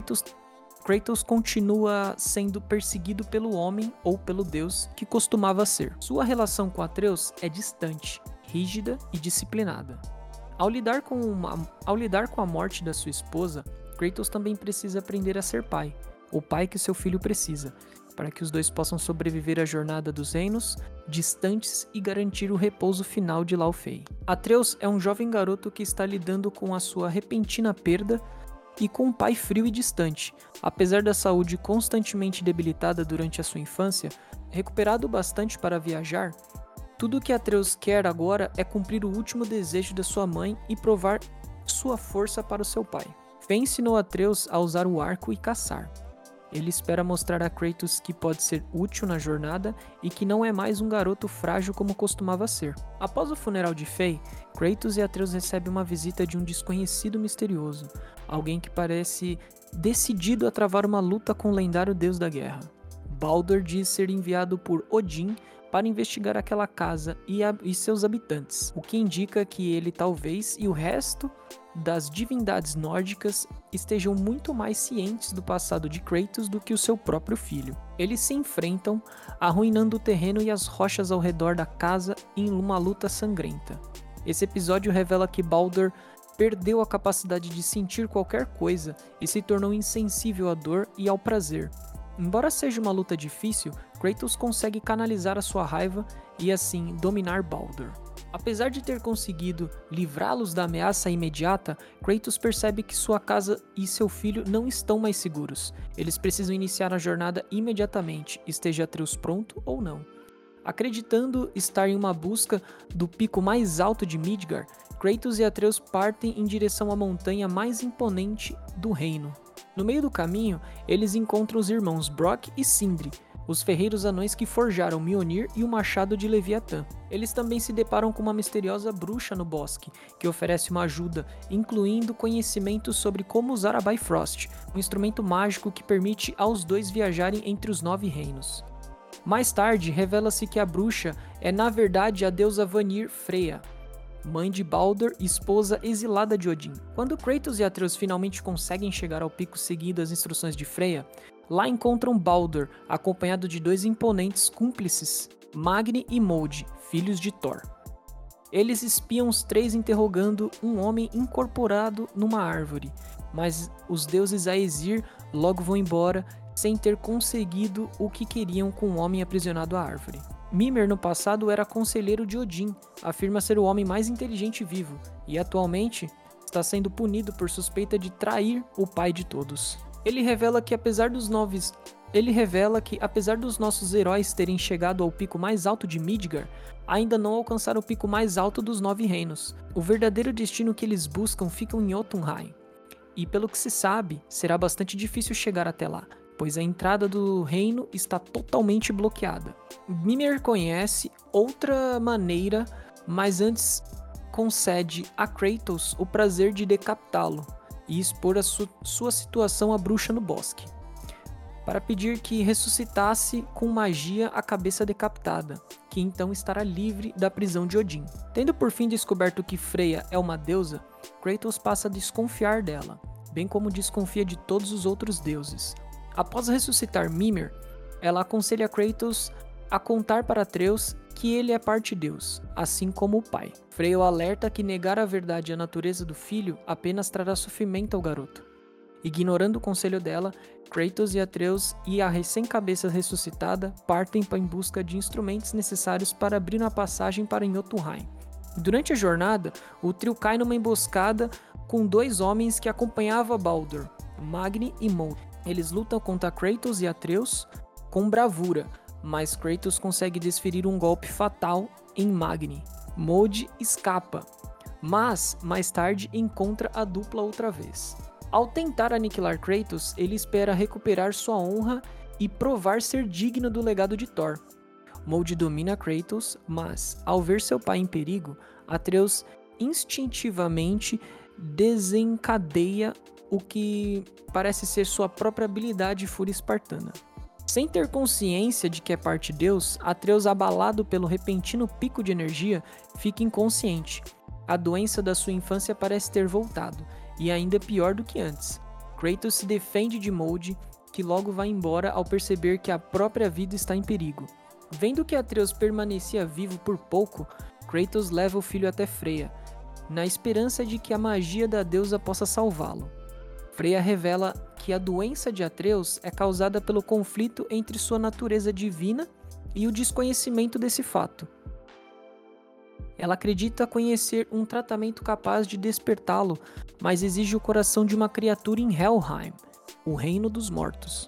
Kratos continua sendo perseguido pelo homem ou pelo deus que costumava ser. Sua relação com Atreus é distante, rígida e disciplinada. Ao lidar com a morte da sua esposa, Kratos também precisa aprender a ser pai, o pai que seu filho precisa, para que os dois possam sobreviver à jornada dos reinos distantes e garantir o repouso final de Laufey. Atreus é um jovem garoto que está lidando com a sua repentina perda e com um pai frio e distante. Apesar da saúde constantemente debilitada durante a sua infância, recuperado bastante para viajar, tudo o que Atreus quer agora é cumprir o último desejo da sua mãe e provar sua força para o seu pai. Frey ensinou Atreus a usar o arco e caçar. Ele espera mostrar a Kratos que pode ser útil na jornada e que não é mais um garoto frágil como costumava ser. Após o funeral de Frey, Kratos e Atreus recebem uma visita de um desconhecido misterioso, alguém que parece decidido a travar uma luta com o lendário deus da guerra. Baldur diz ser enviado por Odin para investigar aquela casa e seus habitantes, o que indica que ele talvez e o resto das divindades nórdicas estejam muito mais cientes do passado de Kratos do que o seu próprio filho. Eles se enfrentam, arruinando o terreno e as rochas ao redor da casa em uma luta sangrenta. Esse episódio revela que Baldur perdeu a capacidade de sentir qualquer coisa e se tornou insensível à dor e ao prazer. Embora seja uma luta difícil, Kratos consegue canalizar a sua raiva e assim dominar Baldur. Apesar de ter conseguido livrá-los da ameaça imediata, Kratos percebe que sua casa e seu filho não estão mais seguros. Eles precisam iniciar a jornada imediatamente, esteja Atreus pronto ou não. Acreditando estar em uma busca do pico mais alto de Midgard, Kratos e Atreus partem em direção à montanha mais imponente do reino. No meio do caminho, eles encontram os irmãos Brock e Sindri, os ferreiros anões que forjaram Mjolnir e o machado de Leviatã. Eles também se deparam com uma misteriosa bruxa no bosque, que oferece uma ajuda, incluindo conhecimentos sobre como usar a Bifrost, um instrumento mágico que permite aos dois viajarem entre os 9 reinos. Mais tarde, revela-se que a bruxa é na verdade a deusa Vanir Freya, mãe de Baldur e esposa exilada de Odin. Quando Kratos e Atreus finalmente conseguem chegar ao pico seguindo as instruções de Freya, lá encontram Baldur, acompanhado de 2 imponentes cúmplices, Magni e Molde, filhos de Thor. Eles espiam os 3 interrogando um homem incorporado numa árvore, mas os deuses Aesir logo vão embora sem ter conseguido o que queriam com o homem aprisionado à árvore. Mimir no passado era conselheiro de Odin, afirma ser o homem mais inteligente vivo, e atualmente está sendo punido por suspeita de trair o pai de todos. Ele revela que apesar dos nossos heróis terem chegado ao pico mais alto de Midgard, ainda não alcançaram o pico mais alto dos 9 reinos. O verdadeiro destino que eles buscam fica em Jotunheim. E pelo que se sabe, será bastante difícil chegar até lá, pois a entrada do reino está totalmente bloqueada. Mimir conhece outra maneira, mas antes concede a Kratos o prazer de decapitá-lo e expor a sua situação à bruxa no bosque, para pedir que ressuscitasse com magia a cabeça decapitada, que então estará livre da prisão de Odin. Tendo por fim descoberto que Freya é uma deusa, Kratos passa a desconfiar dela, bem como desconfia de todos os outros deuses. Após ressuscitar Mimir, ela aconselha Kratos a contar para Atreus que ele é parte deus, assim como o pai. Freya o alerta que negar a verdade e a natureza do filho apenas trará sofrimento ao garoto. Ignorando o conselho dela, Kratos e Atreus e a recém-cabeça ressuscitada partem em busca de instrumentos necessários para abrir uma passagem para Jotunheim. Durante a jornada, o trio cai numa emboscada com 2 homens que acompanhavam Baldur, Magni e Mod. Eles lutam contra Kratos e Atreus com bravura, mas Kratos consegue desferir um golpe fatal em Magni. Mod escapa, mas mais tarde encontra a dupla outra vez. Ao tentar aniquilar Kratos, ele espera recuperar sua honra e provar ser digno do legado de Thor. Mod domina Kratos, mas, ao ver seu pai em perigo, Atreus instintivamente desencadeia o que parece ser sua própria habilidade e fúria espartana. Sem ter consciência de que é parte deus, Atreus, abalado pelo repentino pico de energia, fica inconsciente. A doença da sua infância parece ter voltado, e ainda pior do que antes. Kratos se defende de Mod, que logo vai embora ao perceber que a própria vida está em perigo. Vendo que Atreus permanecia vivo por pouco, Kratos leva o filho até Freya, na esperança de que a magia da deusa possa salvá-lo. Freya revela que a doença de Atreus é causada pelo conflito entre sua natureza divina e o desconhecimento desse fato. Ela acredita conhecer um tratamento capaz de despertá-lo, mas exige o coração de uma criatura em Helheim, o reino dos mortos.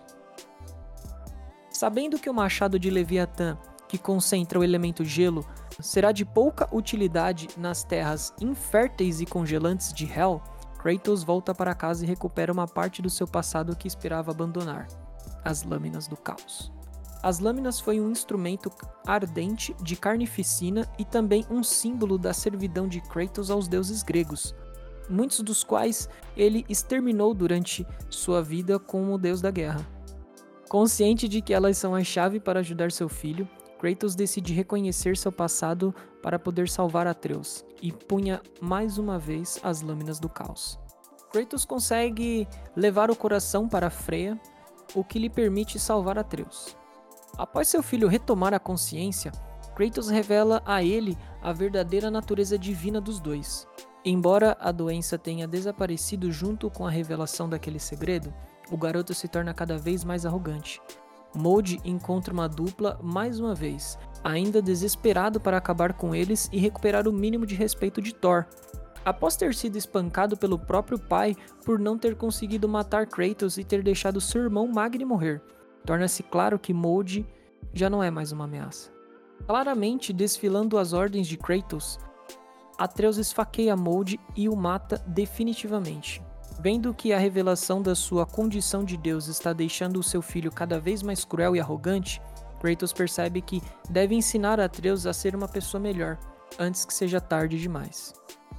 Sabendo que o machado de Leviatã, que concentra o elemento gelo, será de pouca utilidade nas terras inférteis e congelantes de Hel, Kratos volta para casa e recupera uma parte do seu passado que esperava abandonar: as Lâminas do Caos. As lâminas foi um instrumento ardente de carnificina e também um símbolo da servidão de Kratos aos deuses gregos, muitos dos quais ele exterminou durante sua vida como o deus da guerra. Consciente de que elas são a chave para ajudar seu filho, Kratos decide reconhecer seu passado para poder salvar Atreus, e punha mais uma vez as Lâminas do Caos. Kratos consegue levar o coração para Freya, o que lhe permite salvar Atreus. Após seu filho retomar a consciência, Kratos revela a ele a verdadeira natureza divina dos dois. Embora a doença tenha desaparecido junto com a revelação daquele segredo, o garoto se torna cada vez mais arrogante. Mod encontra uma dupla mais uma vez, ainda desesperado para acabar com eles e recuperar o mínimo de respeito de Thor. Após ter sido espancado pelo próprio pai por não ter conseguido matar Kratos e ter deixado seu irmão Magni morrer, torna-se claro que Mod já não é mais uma ameaça. Claramente desfilando as ordens de Kratos, Atreus esfaqueia Mod e o mata definitivamente. Vendo que a revelação da sua condição de Deus está deixando o seu filho cada vez mais cruel e arrogante, Kratos percebe que deve ensinar Atreus a ser uma pessoa melhor, antes que seja tarde demais.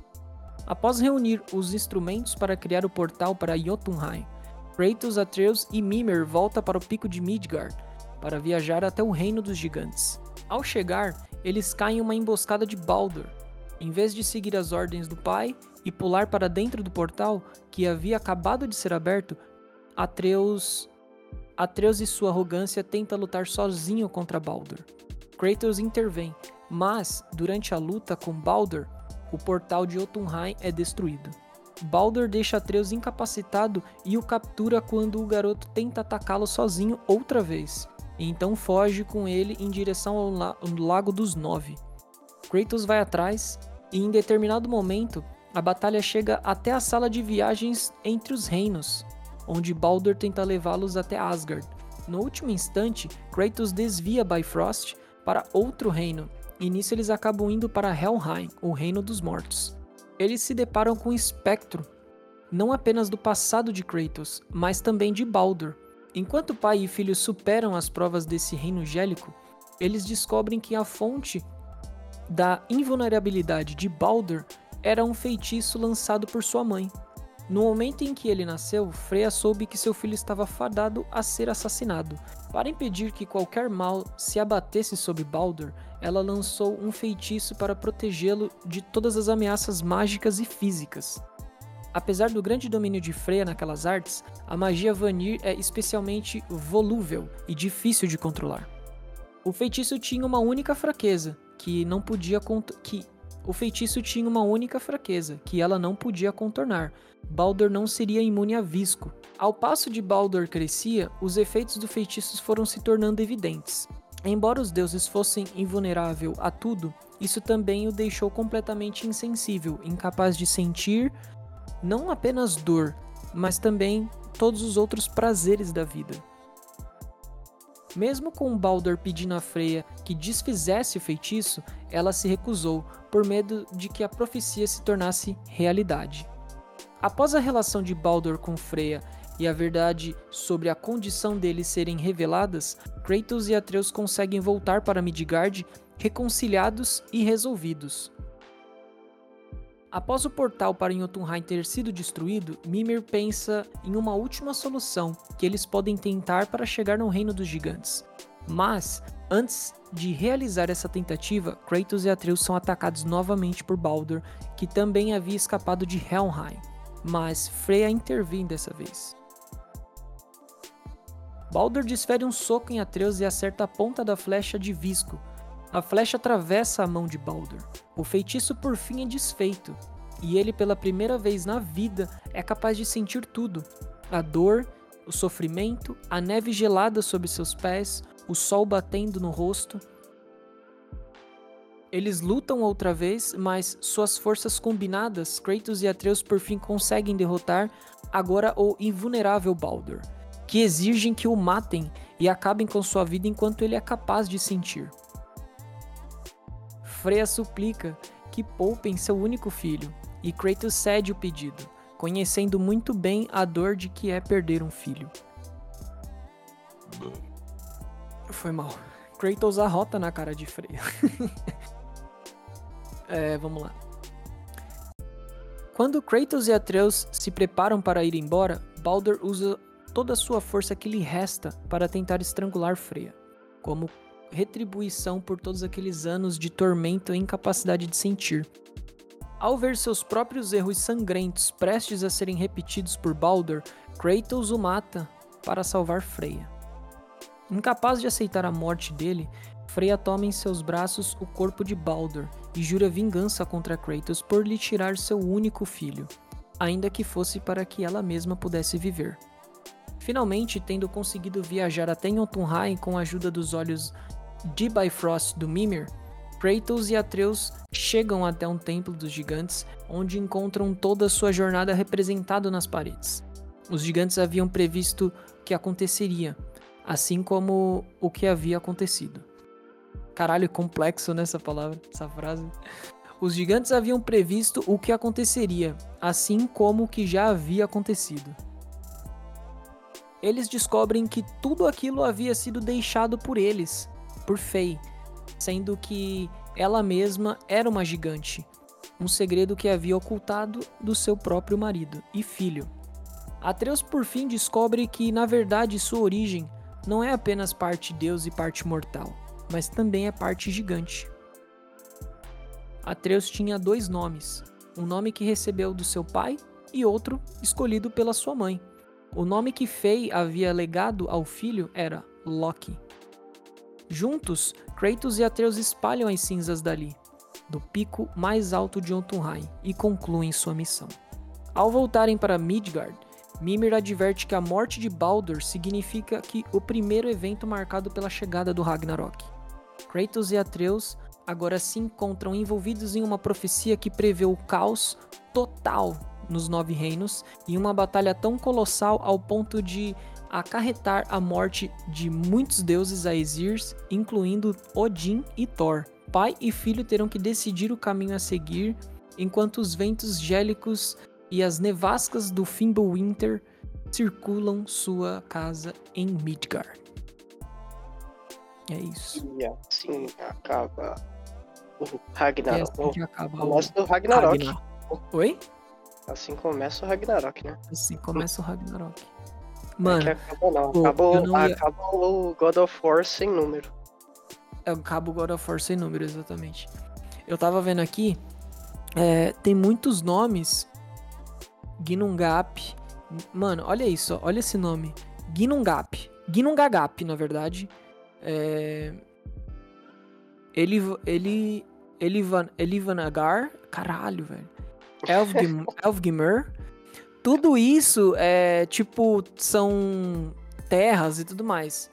Após reunir os instrumentos para criar o portal para Jotunheim, Kratos, Atreus e Mimir voltam para o pico de Midgard, para viajar até o reino dos gigantes. Ao chegar, eles caem em uma emboscada de Baldur. Em vez de seguir as ordens do pai e pular para dentro do portal, que havia acabado de ser aberto, Atreus e sua arrogância tentam lutar sozinho contra Baldur. Kratos intervém, mas, durante a luta com Baldur, o portal de Jotunheim é destruído. Baldur deixa Atreus incapacitado e o captura quando o garoto tenta atacá-lo sozinho outra vez. e então foge com ele em direção ao Lago dos Nove. Kratos vai atrás e em determinado momento a batalha chega até a sala de viagens entre os reinos, onde Baldur tenta levá-los até Asgard. No último instante, Kratos desvia Bifrost para outro reino, e nisso eles acabam indo para Helheim, o reino dos mortos. Eles se deparam com o espectro, não apenas do passado de Kratos, mas também de Baldur. Enquanto pai e filho superam as provas desse reino gélico, eles descobrem que a fonte da invulnerabilidade de Baldur era um feitiço lançado por sua mãe. No momento em que ele nasceu, Freya soube que seu filho estava fadado a ser assassinado. Para impedir que qualquer mal se abatesse sobre Baldur, ela lançou um feitiço para protegê-lo de todas as ameaças mágicas e físicas. Apesar do grande domínio de Freya naquelas artes, a magia Vanir é especialmente volúvel e difícil de controlar. O feitiço tinha uma única fraqueza, que ela não podia contornar. Baldur não seria imune a visco. Ao passo de Baldur crescia, os efeitos do feitiço foram se tornando evidentes. Embora os deuses fossem invulneráveis a tudo, isso também o deixou completamente insensível, incapaz de sentir não apenas dor, mas também todos os outros prazeres da vida. Mesmo com Baldur pedindo a Freya que desfizesse o feitiço, ela se recusou, por medo de que a profecia se tornasse realidade. Após a relação de Baldur com Freya e a verdade sobre a condição deles serem reveladas, Kratos e Atreus conseguem voltar para Midgard reconciliados e resolvidos. Após o portal para Jotunheim ter sido destruído, Mimir pensa em uma última solução que eles podem tentar para chegar no reino dos gigantes. Mas, antes de realizar essa tentativa, Kratos e Atreus são atacados novamente por Baldur, que também havia escapado de Helheim, mas Freya intervém dessa vez. Baldur desfere um soco em Atreus e acerta a ponta da flecha de Visco. A flecha atravessa a mão de Baldur. O feitiço por fim é desfeito, e ele pela primeira vez na vida é capaz de sentir tudo: a dor, o sofrimento, a neve gelada sob seus pés, o sol batendo no rosto. Eles lutam outra vez, mas suas forças combinadas, Kratos e Atreus por fim conseguem derrotar agora o invulnerável Baldur, que exigem que o matem e acabem com sua vida enquanto ele é capaz de sentir. Freya suplica que poupem seu único filho, e Kratos cede o pedido, conhecendo muito bem a dor de que é perder um filho. Foi mal. Kratos arrota na cara de Freya. Vamos lá. Quando Kratos e Atreus se preparam para ir embora, Baldur usa toda a sua força que lhe resta para tentar estrangular Freya, como retribuição por todos aqueles anos de tormento e incapacidade de sentir. Ao ver seus próprios erros sangrentos prestes a serem repetidos por Baldur, Kratos o mata para salvar Freya. Incapaz de aceitar a morte dele, Freya toma em seus braços o corpo de Baldur e jura vingança contra Kratos por lhe tirar seu único filho, ainda que fosse para que ela mesma pudesse viver. Finalmente, tendo conseguido viajar até Jotunheim com a ajuda dos olhos de Bifrost do Mimir, Kratos e Atreus chegam até um templo dos gigantes, onde encontram toda a sua jornada representada nas paredes. Os gigantes haviam previsto o que aconteceria, assim como o que havia acontecido. Caralho, complexo nessa palavra, essa frase. Os gigantes haviam previsto o que aconteceria, assim como o que já havia acontecido. Eles descobrem que tudo aquilo havia sido deixado por eles, por Fei, sendo que ela mesma era uma gigante, um segredo que havia ocultado do seu próprio marido e filho. Atreus por fim descobre que, na verdade, sua origem não é apenas parte deus e parte mortal, mas também é parte gigante. Atreus tinha 2 nomes, um nome que recebeu do seu pai e outro escolhido pela sua mãe. O nome que Fei havia legado ao filho era Loki. Juntos, Kratos e Atreus espalham as cinzas dali, do pico mais alto de Jotunheim, e concluem sua missão. Ao voltarem para Midgard, Mimir adverte que a morte de Baldur significa que o primeiro evento marcado pela chegada do Ragnarok. Kratos e Atreus agora se encontram envolvidos em uma profecia que prevê o caos total nos 9 reinos e uma batalha tão colossal ao ponto de acarretar a morte de muitos deuses Aesirs, incluindo Odin e Thor. Pai e filho terão que decidir o caminho a seguir, enquanto os ventos gélicos e as nevascas do Fimbulwinter circulam sua casa em Midgard. É isso. E assim acaba o É Ragnarok. assim que acaba o Começa o Ragnarok. Ragnar. Oi? Assim começa o Ragnarok, né? Assim começa o Ragnarok. Não Mano, é que acaba não. pô, eu não ia- Acaba o God of War sem número. acaba o God of War sem número, exatamente. Eu tava vendo aqui, tem muitos nomes. Ginnungagap. Mano, olha isso, ó, olha esse nome. Ginnungagap, na verdade. Elivanagar. Caralho, velho. Elfgimur. Tudo isso são terras e tudo mais.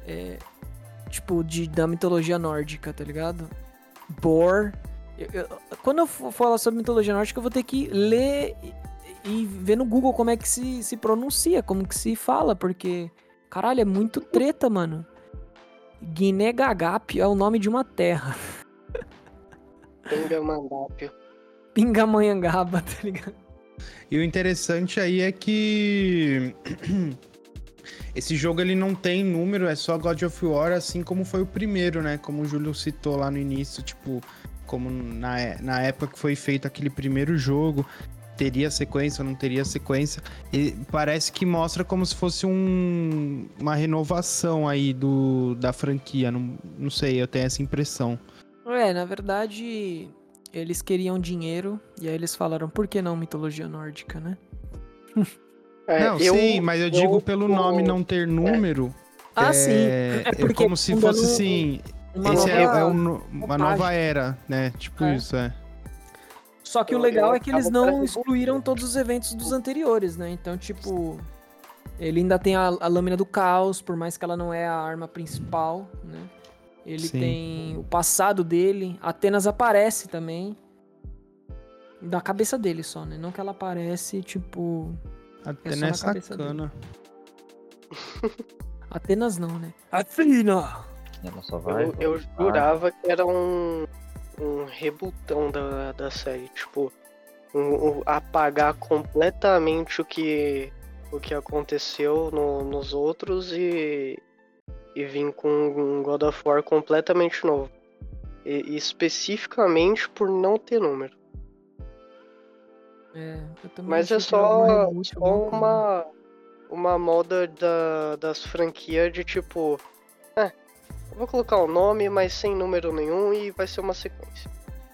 Da mitologia nórdica, tá ligado? Bor. Quando eu for falar sobre mitologia nórdica, eu vou ter que ler e ver no Google como é que se pronuncia, como que se fala, porque, caralho, é muito treta, mano. Ginnungagap é o nome de uma terra. Pingamandapio. Pingamonhangaba, tá ligado? E o interessante aí é que esse jogo ele não tem número, é só God of War, assim como foi o primeiro, né? Como o Júlio citou lá no início, tipo, como na época que foi feito aquele primeiro jogo, teria sequência ou não teria sequência. E parece que mostra como se fosse uma renovação aí da franquia, não sei, eu tenho essa impressão. Na verdade, eles queriam dinheiro e aí eles falaram, por que não mitologia nórdica, né? Sim, mas eu digo pelo nome não ter número. Sim. É como se fosse assim. Esse uma nova era, né? Tipo isso, Só que o legal é que eles não excluíram todos os eventos dos anteriores, né? Então, tipo, ele ainda tem a lâmina do caos, por mais que ela não é a arma principal, né? Ele tem o passado dele. Atenas aparece também. Da cabeça dele só, né? Não que ela aparece, tipo... Atenas é sacana. Atenas não, né? Athena! Ela só vai. Eu jurava que era um rebutão da série. Tipo, apagar completamente o que aconteceu nos outros e vir com um God of War completamente novo. E especificamente por não ter número. Eu também Mas é só uma moda das franquias de tipo... eu vou colocar o nome, mas sem número nenhum e vai ser uma sequência.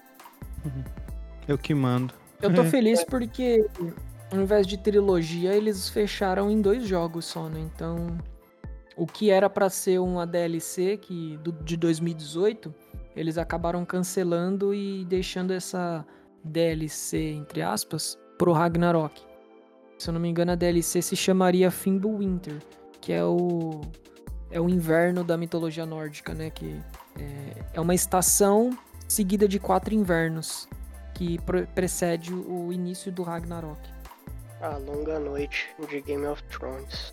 Eu que mando. Eu tô feliz porque, ao invés de trilogia, eles fecharam em 2 jogos só, né? Então, o que era pra ser uma DLC de 2018, eles acabaram cancelando e deixando essa DLC, entre aspas, pro Ragnarok. Se eu não me engano, a DLC se chamaria Fimbulwinter, que é o inverno da mitologia nórdica, né? Que é uma estação seguida de 4 invernos, que precede o início do Ragnarok. A longa noite de Game of Thrones.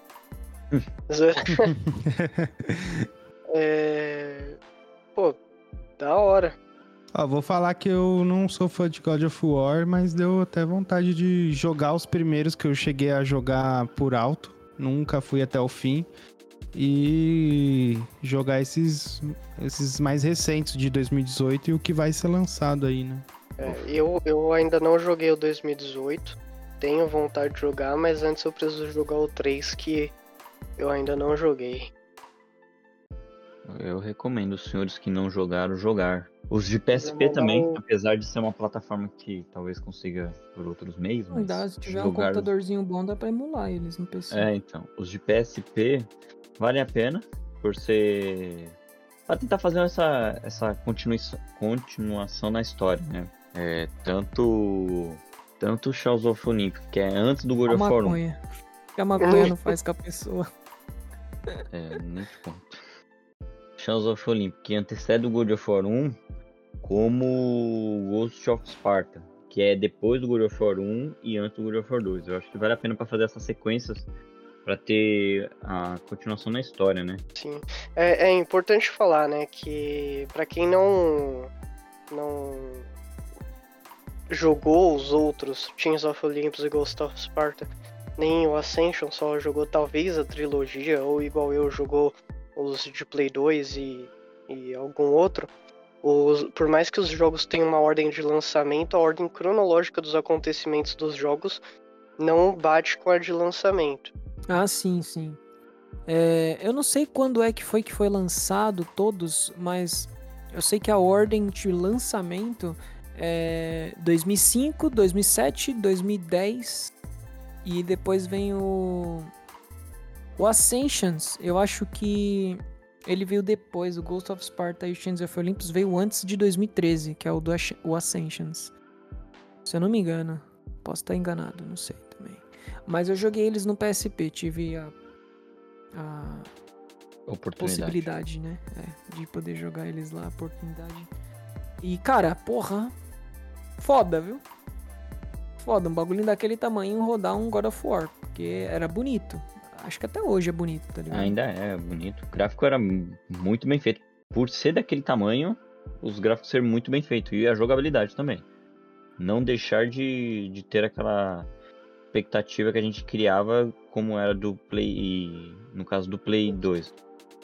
Pô, da hora. Vou falar que eu não sou fã de God of War, mas deu até vontade de jogar os primeiros que eu cheguei a jogar por alto. Nunca fui até o fim. E jogar esses mais recentes de 2018 e o que vai ser lançado aí, né? Eu ainda não joguei o 2018. Tenho vontade de jogar, mas antes eu preciso jogar o 3 que eu ainda não joguei. Eu recomendo os senhores que não jogaram jogar. Os de PSP também, apesar de ser uma plataforma que talvez consiga por outros meios, mas se tiver um computadorzinho bom, dá pra emular eles no PC. Então, os de PSP valem a pena por ser... pra tentar fazer essa continuação na história, né? Tanto Tanto o Shadows of Olympus, que é antes do God A of War 1. maconha. O que a maconha não faz com a pessoa. Nem te conto. Shadows of Olympus, que antecede o God of War 1, como Ghost of Sparta, que é depois do God of War 1 e antes do God of War 2. Eu acho que vale a pena pra fazer essas sequências pra ter a continuação na história, né? Sim. É importante falar, né, que pra quem não jogou os outros, Chains of Olympus e Ghost of Sparta, nem o Ascension, só jogou talvez a trilogia, ou igual eu, jogou os de Play 2 e algum outro, por mais que os jogos tenham uma ordem de lançamento, a ordem cronológica dos acontecimentos dos jogos não bate com a de lançamento. Ah, sim. Eu não sei quando é que foi lançado todos, mas eu sei que a ordem de lançamento é 2005, 2007, 2010 e depois vem o Ascensions. Eu acho que ele veio depois, o Ghost of Sparta e o Chains of Olympus veio antes de 2013, que é o Ascensions. Se eu não me engano, posso estar enganado, não sei também. Mas eu joguei eles no PSP, tive a possibilidade, né? De poder jogar eles lá, a oportunidade. E, cara, porra, foda, viu? Foda, um bagulho daquele tamanho rodar um God of War, porque era bonito. Acho que até hoje é bonito, tá ligado? Ainda é bonito. O gráfico era muito bem feito. Por ser daquele tamanho, os gráficos ser muito bem feitos. E a jogabilidade também. Não deixar de ter aquela expectativa que a gente criava como era do Play, no caso do Play 2.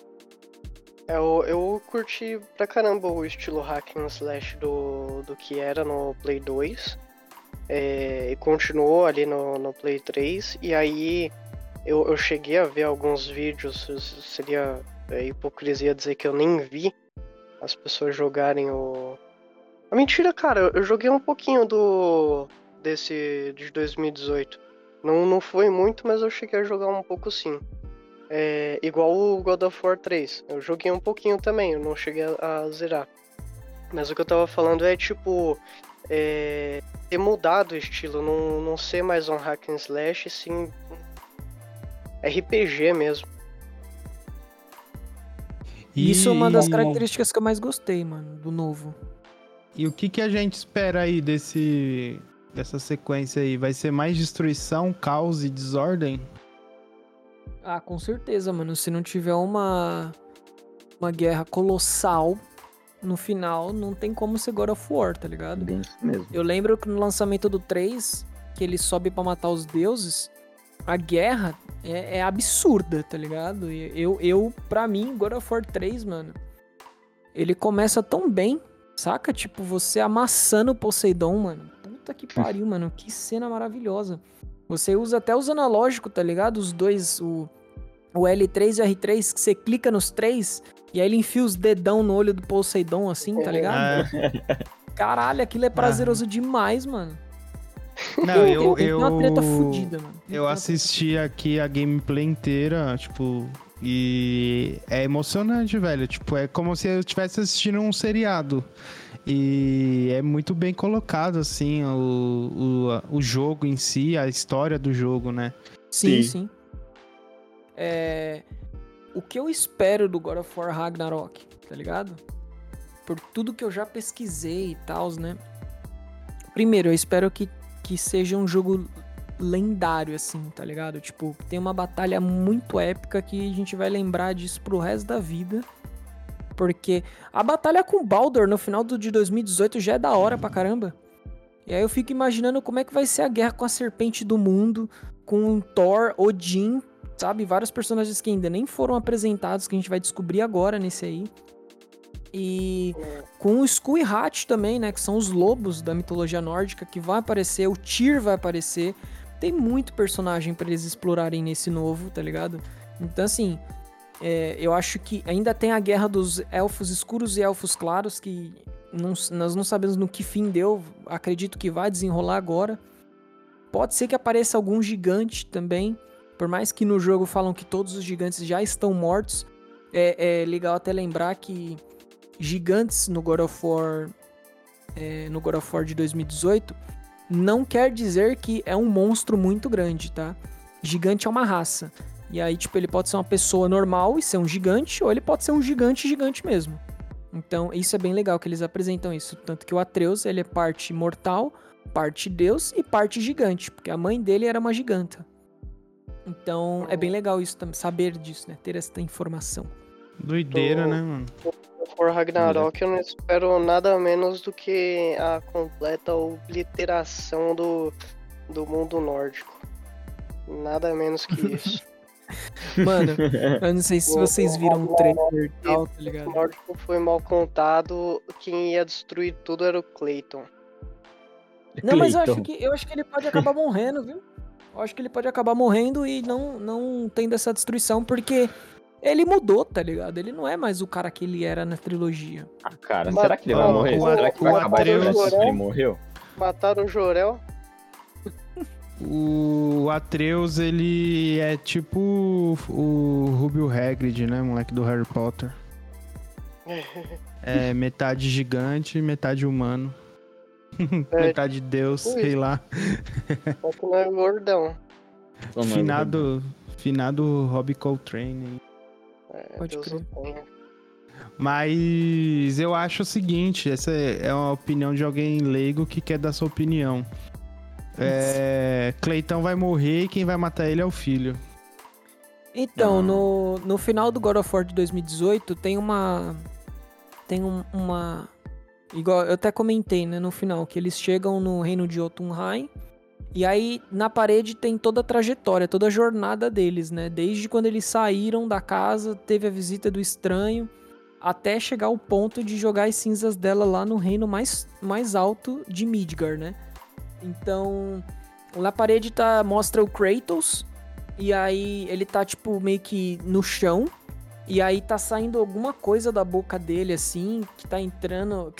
Eu curti pra caramba o estilo hack and slash do que era no Play 2 e continuou ali no Play 3, e aí eu cheguei a ver alguns vídeos, seria hipocrisia dizer que eu nem vi as pessoas jogarem o... Mentira, cara, eu joguei um pouquinho desse de 2018. Não foi muito, mas eu cheguei a jogar um pouco sim. Igual o God of War 3. Eu joguei um pouquinho também, eu não cheguei a zerar. Mas o que eu tava falando é tipo... ter mudado o estilo, não ser mais um hack and slash, sim RPG mesmo. Isso é uma das características que eu mais gostei, mano, do novo. E o que a gente espera aí dessa sequência aí? Vai ser mais destruição, caos e desordem? Ah, com certeza, mano. Se não tiver uma guerra colossal no final, não tem como ser God of War, tá ligado? Bem isso mesmo. Eu lembro que no lançamento do 3, que ele sobe pra matar os deuses, a guerra é absurda, tá ligado? Pra mim, God of War 3, mano, ele começa tão bem, saca? Tipo, você amassando o Poseidon, mano. Puta que pariu, mano. Que cena maravilhosa. Você usa até os analógicos, tá ligado? Os dois, o L3 e o R3, que você clica nos três e aí ele enfia os dedão no olho do Poseidon, assim, tá ligado? Caralho, aquilo é prazeroso demais, mano. Não, Tem uma treta fodida, mano. Eu assisti aqui a gameplay inteira, tipo, e é emocionante, velho. Tipo, é como se eu estivesse assistindo um seriado. E é muito bem colocado, assim, o jogo em si, a história do jogo, né? Sim. O que eu espero do God of War Ragnarok, tá ligado? Por tudo que eu já pesquisei e tal, né? Primeiro, eu espero que seja um jogo lendário, assim, tá ligado? Tipo, tem uma batalha muito épica que a gente vai lembrar disso pro resto da vida. Porque a batalha com Baldur no final de 2018 já é da hora pra caramba. E aí eu fico imaginando como é que vai ser a guerra com a serpente do mundo, com Thor, Odin, sabe? Vários personagens que ainda nem foram apresentados, que a gente vai descobrir agora nesse aí. E com o Skull e Hat também, né? Que são os lobos da mitologia nórdica que vai aparecer, o Tyr vai aparecer. Tem muito personagem pra eles explorarem nesse novo, tá ligado? Então, assim, eu acho que ainda tem a guerra dos elfos escuros e elfos claros, que nós não sabemos no que fim deu. Acredito que vai desenrolar agora. Pode ser que apareça algum gigante também. Por mais que no jogo falam que todos os gigantes já estão mortos. É legal até lembrar que gigantes no God of War de 2018 não quer dizer que é um monstro muito grande, tá? Gigante é uma raça. E aí, tipo, ele pode ser uma pessoa normal e ser um gigante, ou ele pode ser um gigante mesmo. Então, isso é bem legal que eles apresentam isso. Tanto que o Atreus, ele é parte mortal, parte deus e parte gigante, porque a mãe dele era uma giganta. Então, é bem legal isso também, saber disso, né? Ter essa informação. Doideira, né, mano? For Ragnarok, eu não espero nada menos do que a completa obliteração do mundo nórdico. Nada menos que isso. Mano, eu não sei se vocês viram o trailer e tal, tá ligado? O nórdico foi mal contado, quem ia destruir tudo era o Clayton. Não, mas eu Clayton. acho que ele pode acabar morrendo, viu? Eu acho que ele pode acabar morrendo e não tendo essa destruição, porque ele mudou, tá ligado? Ele não é mais o cara que ele era na trilogia. Ah, cara, Mas- será que ele vai Ó, morrer? o Será que vai acabar o Atreus- universo se ele morreu? Mataram o Jorel. O Atreus, ele é tipo o Rubio Hagrid, né, moleque do Harry Potter. É metade gigante, metade humano. Metade Deus, Ui. sei lá. Só que não é gordão. Ou não é Finado Robbie Coltrane. Pode Deus crer. o tenha. Mas eu acho o seguinte, essa é uma opinião de alguém leigo que quer dar sua opinião. Cleitão vai morrer e quem vai matar ele é o filho. Então, no final do God of War de 2018, tem uma... Igual eu até comentei, né, no final, que eles chegam no reino de Jotunheim, e aí na parede tem toda a trajetória, toda a jornada deles, né? Desde quando eles saíram da casa, teve a visita do estranho, até chegar ao ponto de jogar as cinzas dela lá no reino mais alto de Midgard, né? Então, na parede mostra o Kratos, e aí ele tá, tipo, meio que no chão, e aí tá saindo alguma coisa da boca dele, assim, que tá entrando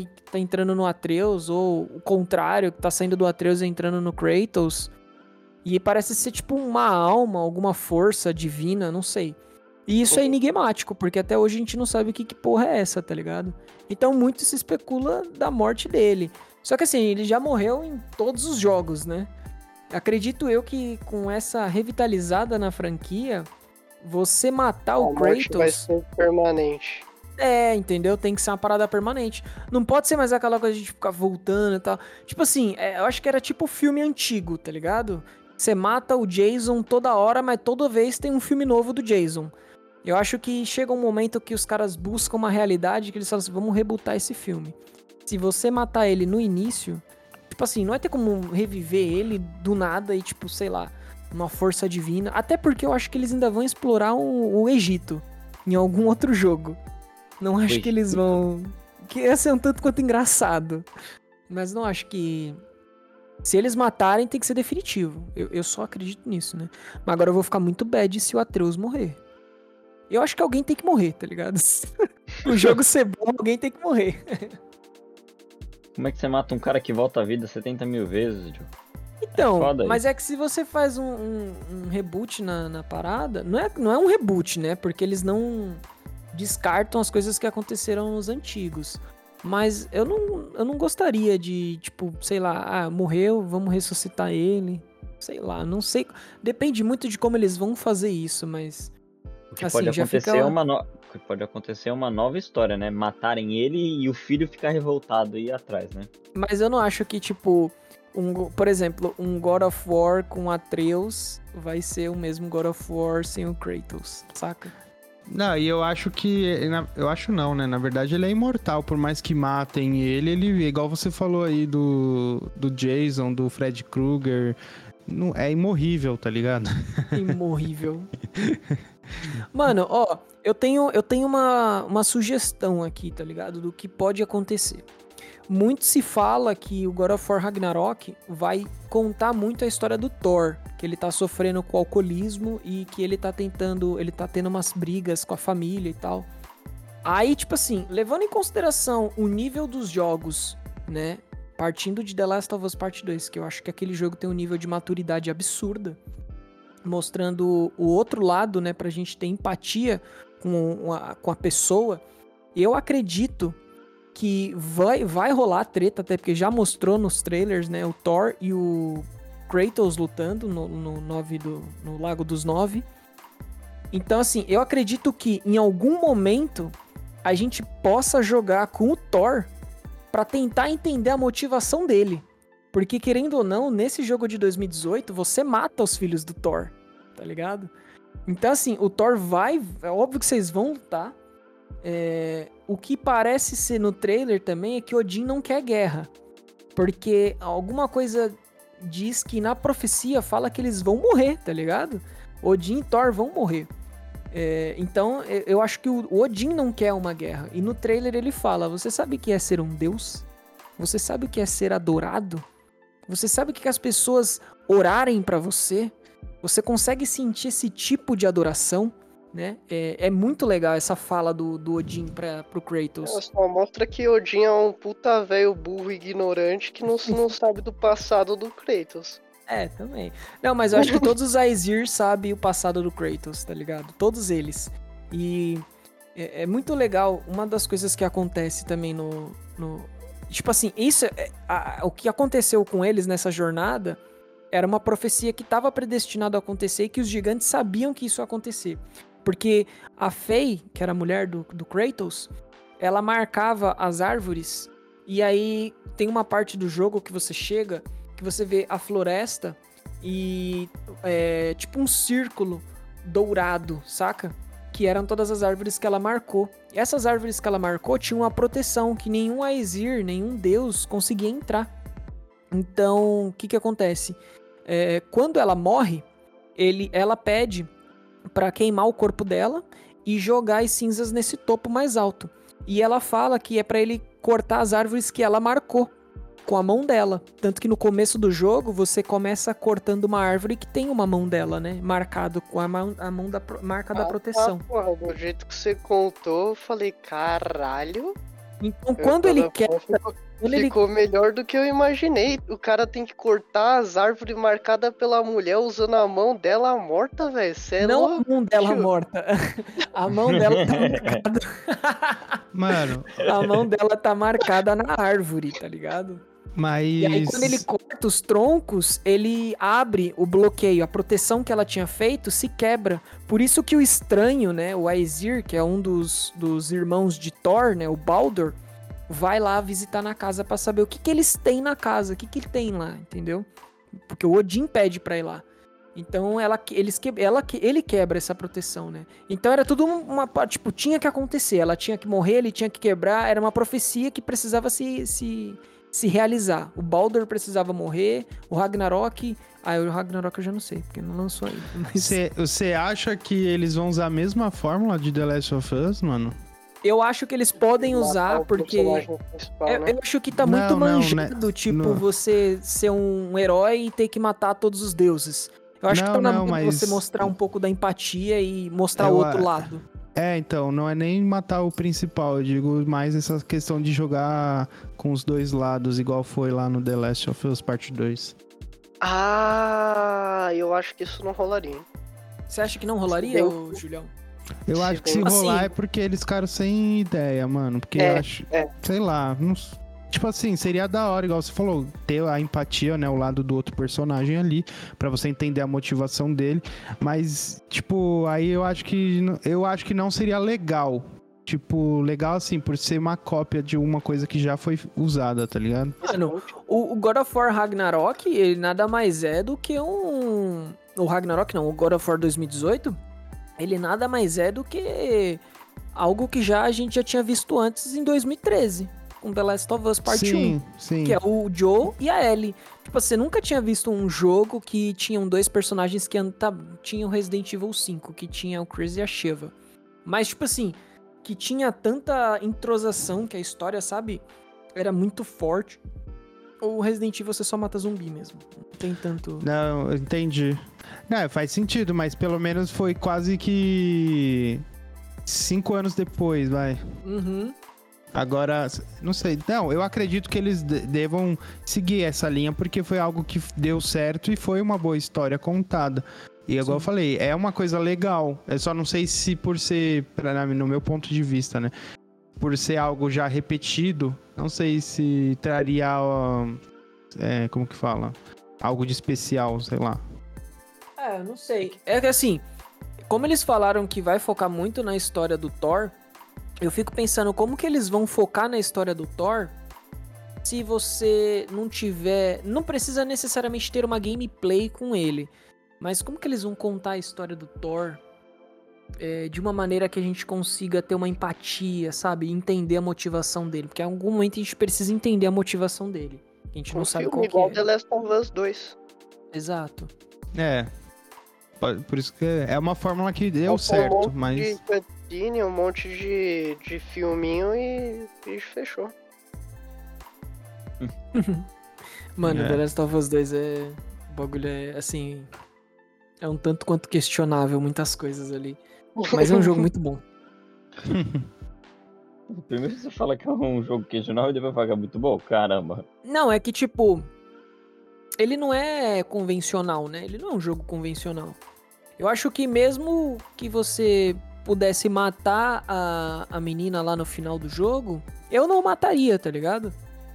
no Atreus, ou o contrário, que tá saindo do Atreus e entrando no Kratos. E parece ser, tipo, uma alma, alguma força divina, não sei. E isso é enigmático, porque até hoje a gente não sabe que porra é essa, tá ligado? Então muito se especula da morte dele. Só que assim, ele já morreu em todos os jogos, né? Acredito eu que com essa revitalizada na franquia, você matar o A morte vai Kratos... ser permanente. Entendeu? Tem que ser uma parada permanente. Não pode ser mais aquela coisa de ficar voltando e tal. Tipo assim, eu acho que era tipo filme antigo, tá ligado? Você mata o Jason toda hora, mas toda vez tem um filme novo do Jason. Eu acho que chega um momento que os caras buscam uma realidade que eles falam assim, vamos rebootar esse filme. Se você matar ele no início, tipo assim, não vai ter como reviver ele do nada e tipo, sei lá, uma força divina. Até porque eu acho que eles ainda vão explorar o Egito em algum outro jogo. Não acho que eles vão... Que ia ser um tanto quanto engraçado. Mas não acho que... Se eles matarem, tem que ser definitivo. Eu só acredito nisso, né? Mas agora eu vou ficar muito bad se o Atreus morrer. Eu acho que alguém tem que morrer, tá ligado? O jogo ser bom, alguém tem que morrer. Como é que você mata um cara que volta à vida 70 mil vezes, Joe? Então, foda mas é que se você faz um reboot na parada, não é um reboot, né? Porque eles não descartam as coisas que aconteceram nos antigos. Mas eu não gostaria de, tipo, sei lá, morreu, vamos ressuscitar ele. Sei lá, não sei. Depende muito de como eles vão fazer isso, mas... O que assim, pode já acontecer fica... o que pode acontecer é uma nova história, né? Matarem ele e o filho ficar revoltado e ir atrás, né? Mas eu não acho que, tipo... por exemplo, um God of War com Atreus vai ser o mesmo God of War sem o Kratos, saca? Não, e eu acho que... Eu acho não, né? Na verdade, ele é imortal. Por mais que matem ele, igual você falou aí do Jason, do Fred Krueger, é imorrível, tá ligado? Imorrível. Mano, ó, eu tenho uma sugestão aqui, tá ligado? Do que pode acontecer. Muito se fala que o God of War Ragnarok vai contar muito a história do Thor, que ele tá sofrendo com alcoolismo e que ele tá tendo umas brigas com a família e tal. Aí, tipo assim, levando em consideração o nível dos jogos, né? Partindo de The Last of Us Part 2, que eu acho que aquele jogo tem um nível de maturidade absurda, mostrando o outro lado, né, pra gente ter empatia com a pessoa. Eu acredito que vai rolar treta, até porque já mostrou nos trailers, né? O Thor e o Kratos lutando no Lago dos Nove. Então, assim, eu acredito que em algum momento a gente possa jogar com o Thor pra tentar entender a motivação dele. Porque, querendo ou não, nesse jogo de 2018, você mata os filhos do Thor, tá ligado? Então, assim, o Thor vai... É óbvio que vocês vão lutar. O que parece ser no trailer também é que Odin não quer guerra. Porque alguma coisa diz que na profecia fala que eles vão morrer, tá ligado? Odin e Thor vão morrer. Então, eu acho que o Odin não quer uma guerra. E no trailer ele fala, você sabe o que é ser um deus? Você sabe o que é ser adorado? Você sabe o que é as pessoas orarem pra você? Você consegue sentir esse tipo de adoração? Né? É muito legal essa fala do Odin pro Kratos. Só mostra que Odin é um puta velho burro ignorante que não sabe do passado do Kratos. Também. Não, mas eu acho que todos os Aesir sabem o passado do Kratos, tá ligado? Todos eles. E é muito legal. Uma das coisas que acontece também no tipo assim, isso o que aconteceu com eles nessa jornada era uma profecia que estava predestinado a acontecer e que os gigantes sabiam que isso ia acontecer. Porque a Faye, que era a mulher do Kratos, ela marcava as árvores. E aí tem uma parte do jogo que você chega, que você vê a floresta e tipo um círculo dourado, saca? Que eram todas as árvores que ela marcou. E essas árvores que ela marcou tinham uma proteção que nenhum Aesir, nenhum deus conseguia entrar. Então, o que acontece? Quando ela morre, ela pede pra queimar o corpo dela e jogar as cinzas nesse topo mais alto. E ela fala que é pra ele cortar as árvores que ela marcou com a mão dela. Tanto que no começo do jogo, você começa cortando uma árvore que tem uma mão dela, né? Marcado com a mão marca da proteção. Porra, do jeito que você contou, eu falei, caralho. Então, quando ele quer... Ficou melhor do que eu imaginei. O cara tem que cortar as árvores marcadas pela mulher usando a mão dela morta, velho. Não a mão dela morta. A mão dela tá marcada. Mano. A mão dela tá marcada na árvore, tá ligado? Mas... E aí, quando ele corta os troncos, ele abre o bloqueio. A proteção que ela tinha feito se quebra. Por isso que o estranho, né? O Aesir, que é um dos irmãos de Thor, né? O Baldur, vai lá visitar na casa pra saber o que eles têm na casa, o que tem lá, entendeu? Porque o Odin pede pra ir lá. Então ele quebra essa proteção, né? Então era tudo tipo, tinha que acontecer, ela tinha que morrer, ele tinha que quebrar, era uma profecia que precisava se realizar. O Baldur precisava morrer, o Ragnarok... o Ragnarok eu já não sei, porque não lançou ainda. Mas... Você acha que eles vão usar a mesma fórmula de The Last of Us, mano? Eu acho que eles podem usar, porque... Eu acho que tá muito manjado, tipo, você ser um herói e ter que matar todos os deuses. Eu acho que tá na mão de você mostrar um pouco da empatia e mostrar o outro lado. Então, não é nem matar o principal, eu digo mais essa questão de jogar com os dois lados, igual foi lá no The Last of Us Part 2. Eu acho que isso não rolaria. Você acha que não rolaria, Julião? Eu acho que se rolar é porque eles ficaram sem ideia, mano. Porque eu acho, sei lá, tipo assim, seria da hora, igual você falou, ter a empatia, né, o lado do outro personagem ali, pra você entender a motivação dele. Mas, tipo, aí eu acho que não seria legal. Tipo, legal assim, por ser uma cópia de uma coisa que já foi usada, tá ligado? Mano, o God of War Ragnarok, ele nada mais é do que o Ragnarok não, o God of War 2018... Ele nada mais é do que algo que a gente já tinha visto antes em 2013, com The Last of Us Part 1, que é o Joe e a Ellie. Tipo, você nunca tinha visto um jogo que tinham dois personagens que tinham Resident Evil 5, que tinha o Chris e a Sheva. Mas, tipo assim, que tinha tanta entrosação que a história, sabe, era muito forte. O Resident Evil você só mata zumbi mesmo. Não tem tanto... Não, entendi. Não, faz sentido, mas pelo menos foi quase que 5 anos depois, vai. Uhum. Agora, não sei. Não, eu acredito que eles devam seguir essa linha, porque foi algo que deu certo e foi uma boa história contada. E igual eu falei, é uma coisa legal. Eu só não sei se por ser, no meu ponto de vista, né? por ser algo já repetido, não sei se traria, como que fala? Algo de especial, sei lá. Eu não sei. É que assim, como eles falaram que vai focar muito na história do Thor, eu fico pensando como que eles vão focar na história do Thor se você não tiver... Não precisa necessariamente ter uma gameplay com ele, mas como que eles vão contar a história do Thor de uma maneira que a gente consiga ter uma empatia, sabe? Entender a motivação dele, porque em algum momento a gente precisa entender a motivação dele. A gente não sabe qual que igual é. The Last of Us 2. Exato. Por isso que é uma fórmula que deu certo, mas... Um monte de cutscene, um monte de filminho e fechou. Mano, The Last of Us 2 o bagulho assim... É um tanto quanto questionável muitas coisas ali. Mas é um jogo muito bom. Primeiro você fala que é um jogo questionável e depois fala que é muito bom. Caramba. Não, é que tipo... Ele não é convencional, né? Ele não é um jogo convencional. Eu acho que mesmo que você pudesse matar a menina lá no final do jogo, eu não mataria, tá ligado?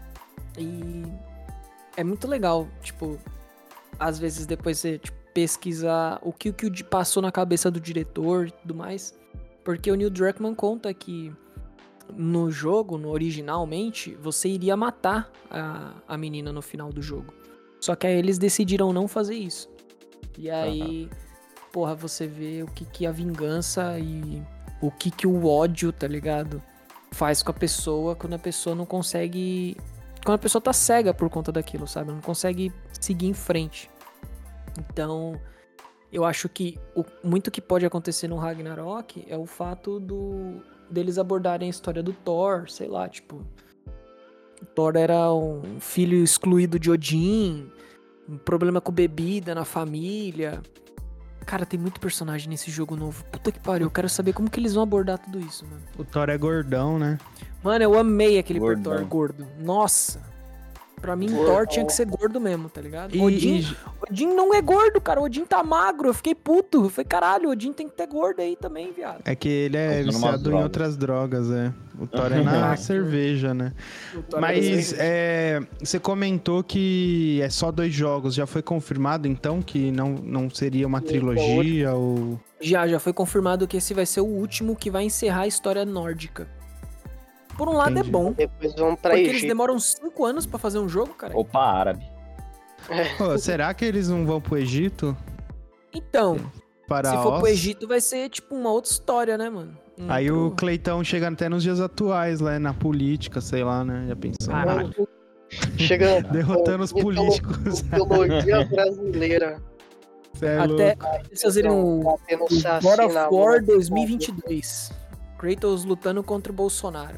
E é muito legal, tipo... Às vezes depois você pesquisar o que passou na cabeça do diretor e tudo mais. Porque o Neil Druckmann conta que no jogo, originalmente, você iria matar a menina no final do jogo. Só que aí eles decidiram não fazer isso. E aí, porra, você vê o que a vingança e o que o ódio, tá ligado? Faz com a pessoa quando a pessoa não consegue... Quando a pessoa tá cega por conta daquilo, sabe? Não consegue seguir em frente. Então, eu acho que muito que pode acontecer no Ragnarok é o fato deles abordarem a história do Thor, sei lá, tipo... O Thor era um filho excluído de Odin, um problema com bebida na família. Cara, tem muito personagem nesse jogo novo. Puta que pariu, eu quero saber como que eles vão abordar tudo isso, mano. O Thor é gordão, né? Mano, eu amei aquele Gordão. Thor gordo. Nossa! Pra mim, Thor tinha que ser gordo mesmo, tá ligado? Odin não é gordo, cara. Odin tá magro. Eu fiquei puto. Eu falei, caralho, Odin tem que ter gordo aí também, viado. É que ele é Usando umas viciado em drogas. outras drogas, O Thor é na cerveja, né? Mas você comentou que é só 2 jogos. Já foi confirmado, então, que não seria uma trilogia ou... Já foi confirmado que esse vai ser o último que vai encerrar a história nórdica. Por um lado Entendi. é bom, Depois vamos pra porque Egito. eles demoram 5 anos pra fazer um jogo, cara. Opa, árabe. Pô, será que eles não vão pro Egito? Então, Para se for Oz? pro Egito vai ser tipo uma outra história, né, mano? Aí o Cleitão chega até nos dias atuais, lá na política, sei lá, né? Já pensou? Caralho. Chega Derrotando os políticos. Mitologia brasileira. Cê é Até louco. eles fazerem o Batendo saci God of na War mão. 2022. Kratos lutando contra o Bolsonaro.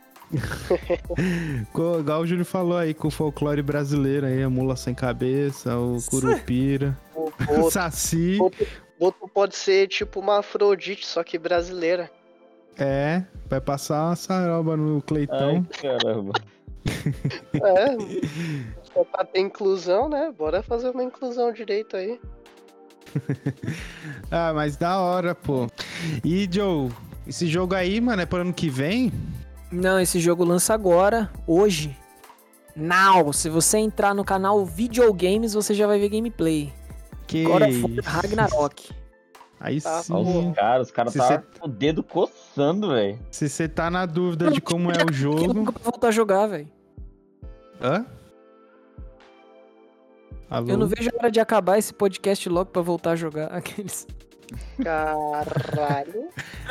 Igual o Júlio falou aí, com o folclore brasileiro aí, a mula sem cabeça, o curupira, o saci. Outro pode ser tipo uma Afrodite, só que brasileira. Vai passar uma saroba no Cleitão. Ai, caramba. Só pra ter inclusão, né? Bora fazer uma inclusão direito aí. Ah, mas da hora, pô. E, Joe, esse jogo aí, mano, é pro ano que vem? Não, esse jogo lança agora, hoje. Now! Se você entrar no canal Videogames, você já vai ver gameplay. Que God of War isso. Ragnarok. Aí Tá, sim. Os caras Se tá com o dedo coçando, velho. Se você tá na dúvida de como é o Que jogo... nunca pra voltar a jogar, velho. Hã? Alô? Eu não vejo a hora de acabar esse podcast logo pra voltar a jogar. Aqueles... Caralho.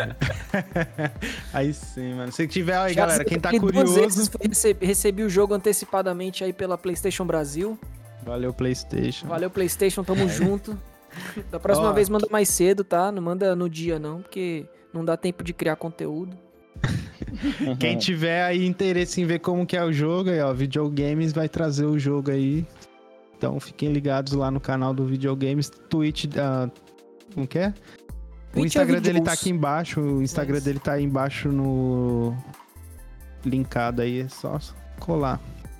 Aí sim, mano. Se tiver aí, Já galera, quem tá recebi 2 vezes, curioso... recebi o jogo antecipadamente aí pela PlayStation Brasil. Valeu, PlayStation. Valeu, PlayStation, tamo junto. Da próxima Ó. vez manda mais cedo, tá? Não manda no dia, não, porque não dá tempo de criar conteúdo. Quem tiver aí interesse em ver como que é o jogo, aí, ó, Videogames vai trazer o jogo aí. Então fiquem ligados lá no canal do Videogames, Twitch, como que é? O Twitch Instagram é dele tá Videos. aqui embaixo, o Instagram dele tá aí embaixo no... linkado aí, é só colar.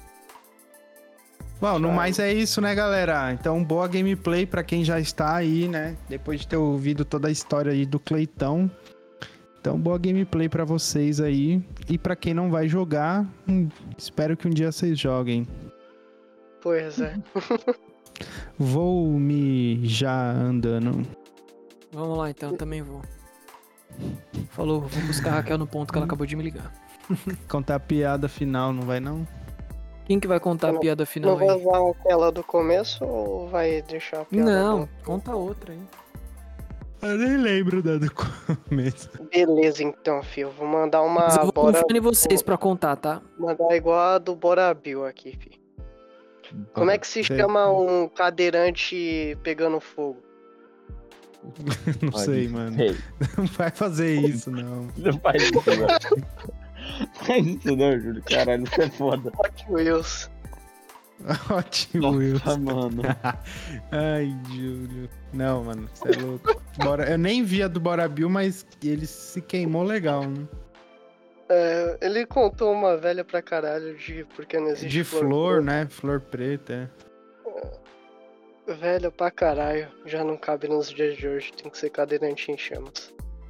Bom, no mais é isso, né, galera? Então, boa gameplay pra quem já está aí, né? Depois de ter ouvido toda a história aí do Cleitão. Então, boa gameplay pra vocês aí. E pra quem não vai jogar, espero que um dia vocês joguem. Pois é. Vou me já andando. Vamos lá então, eu também vou. Falou, vou buscar a Raquel no ponto que ela acabou de me ligar. Contar a piada final, não vai não? Quem que vai contar a piada Não final vai aí? usar aquela do começo ou vai deixar a piada? Não, boa? conta outra aí. Eu nem lembro do começo. Beleza, então, filho. Vou mandar Mas uma eu vou Bora. confiar em vocês pra contar, tá? Mandar igual a do Bora Bill aqui, filho. Como é que se chama um cadeirante pegando fogo? Não sei, mano. Sei. Não vai fazer isso, não. Não faz isso, não. Faz isso não, Júlio. Caralho, isso é foda. Hot Wheels. Ótimo, Will. Nossa, mano. Ai, Júlio. Não, mano, você é louco. Eu nem vi a do Bora Bill, mas ele se queimou legal, né? É, ele contou uma velha pra caralho de porque não existe De flor, né? Flor preta, é. Velho pra caralho. Já não cabe nos dias de hoje. Tem que ser cadeirante em chamas.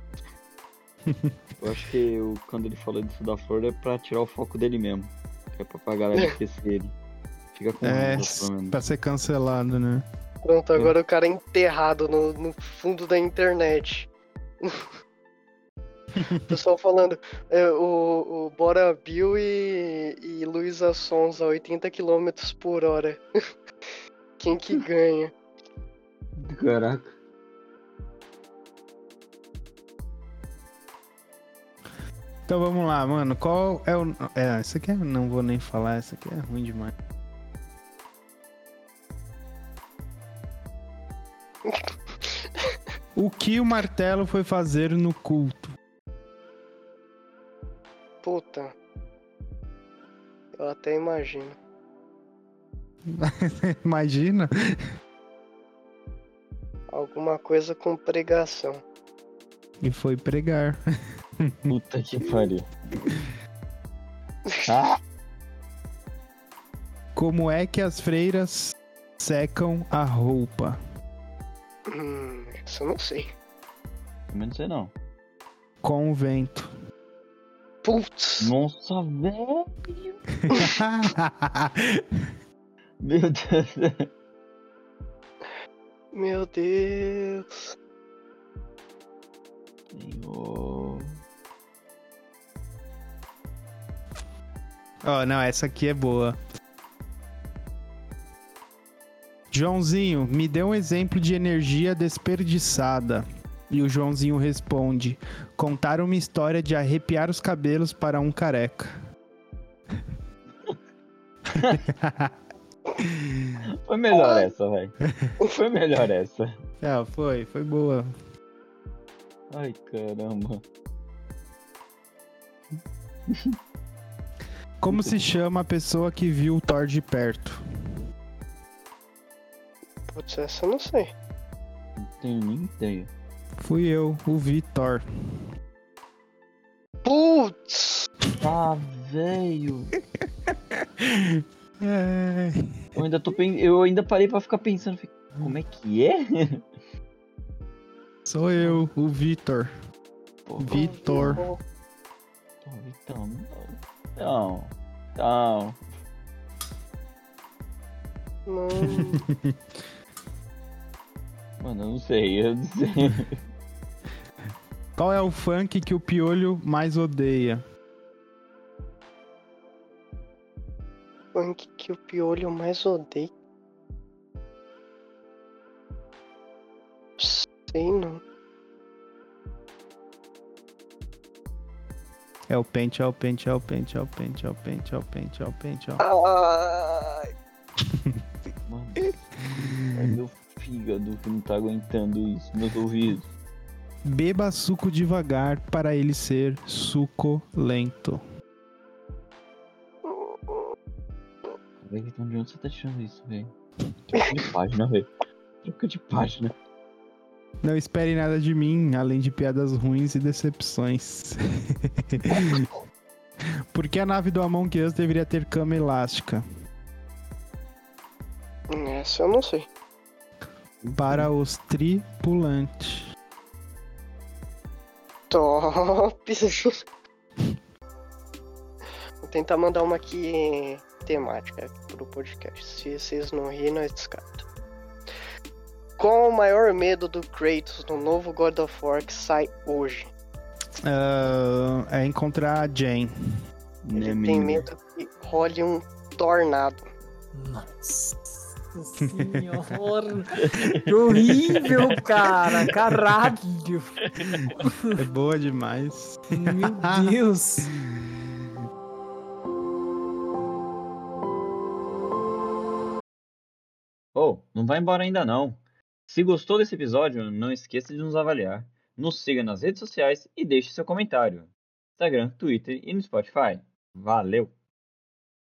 Eu acho que quando ele falou disso da flor é pra tirar o foco dele mesmo. Que é pra galera esquecer ele. Fica com É, raiva, pelo menos. pra ser cancelado, né? Pronto, agora o cara é enterrado no fundo da internet. O pessoal falando, o Bora Bill e Luísa Sons a 80 km por hora. Quem que ganha? Caraca. Então vamos lá, mano. Qual é o. Essa aqui não vou nem falar, essa aqui é ruim demais. O que o martelo foi fazer no culto? Puta. Eu até imagino. Imagina? Alguma coisa com pregação. E foi pregar. Puta que pariu. Ah, Como é que as freiras secam a roupa? Isso eu não sei. também não sei não. Com o vento. Putz. Nossa, velho. Meu Deus. Meu Deus. Senhor. Ó, não, essa aqui é boa. Joãozinho, me dê um exemplo de energia desperdiçada. E o Joãozinho responde: contar uma história de arrepiar os cabelos para um careca. Foi melhor essa, velho. Foi melhor essa. Foi boa. Ai, caramba. Como se chama a pessoa que viu o Thor de perto? Putz, essa eu não sei. Não tenho nem ideia. Fui eu, o Vitor. Putz. Ah, velho. É... Eu ainda parei pra ficar pensando. Como é que é? Sou eu, o Vitor. Pô, Vitor. pô, então. Não. Não. Mano, eu não sei. Qual é o funk que o Piolho mais odeia? Funk que o Piolho mais odeia. Sei não. É o pente, é o pente, é o pente, é o pente, é o pente, é o pente, é o pente, ó. Ai. Mano, é meu fígado que não tá aguentando isso, meus ouvidos. Beba suco devagar para ele ser suculento. Velho, então de onde você tá tirando isso, velho? Troca de página, velho. Troca de página. Não espere nada de mim, além de piadas ruins e decepções. Por que a nave do Among Us deveria ter cama elástica? Essa eu não sei. Para os tripulantes. Top! Vou tentar mandar uma aqui temática pro podcast. Se vocês não rirem, nós descarta. Qual o maior medo do Kratos no novo God of War que sai hoje? É encontrar a Jane. Ele tem medo que role um tornado. Nossa senhora. Que horrível, cara. Caralho. É boa demais. Meu Deus. Oh, não vai embora ainda não. Se gostou desse episódio, não esqueça de nos avaliar. Nos siga nas redes sociais e deixe seu comentário. Instagram, Twitter e no Spotify. Valeu!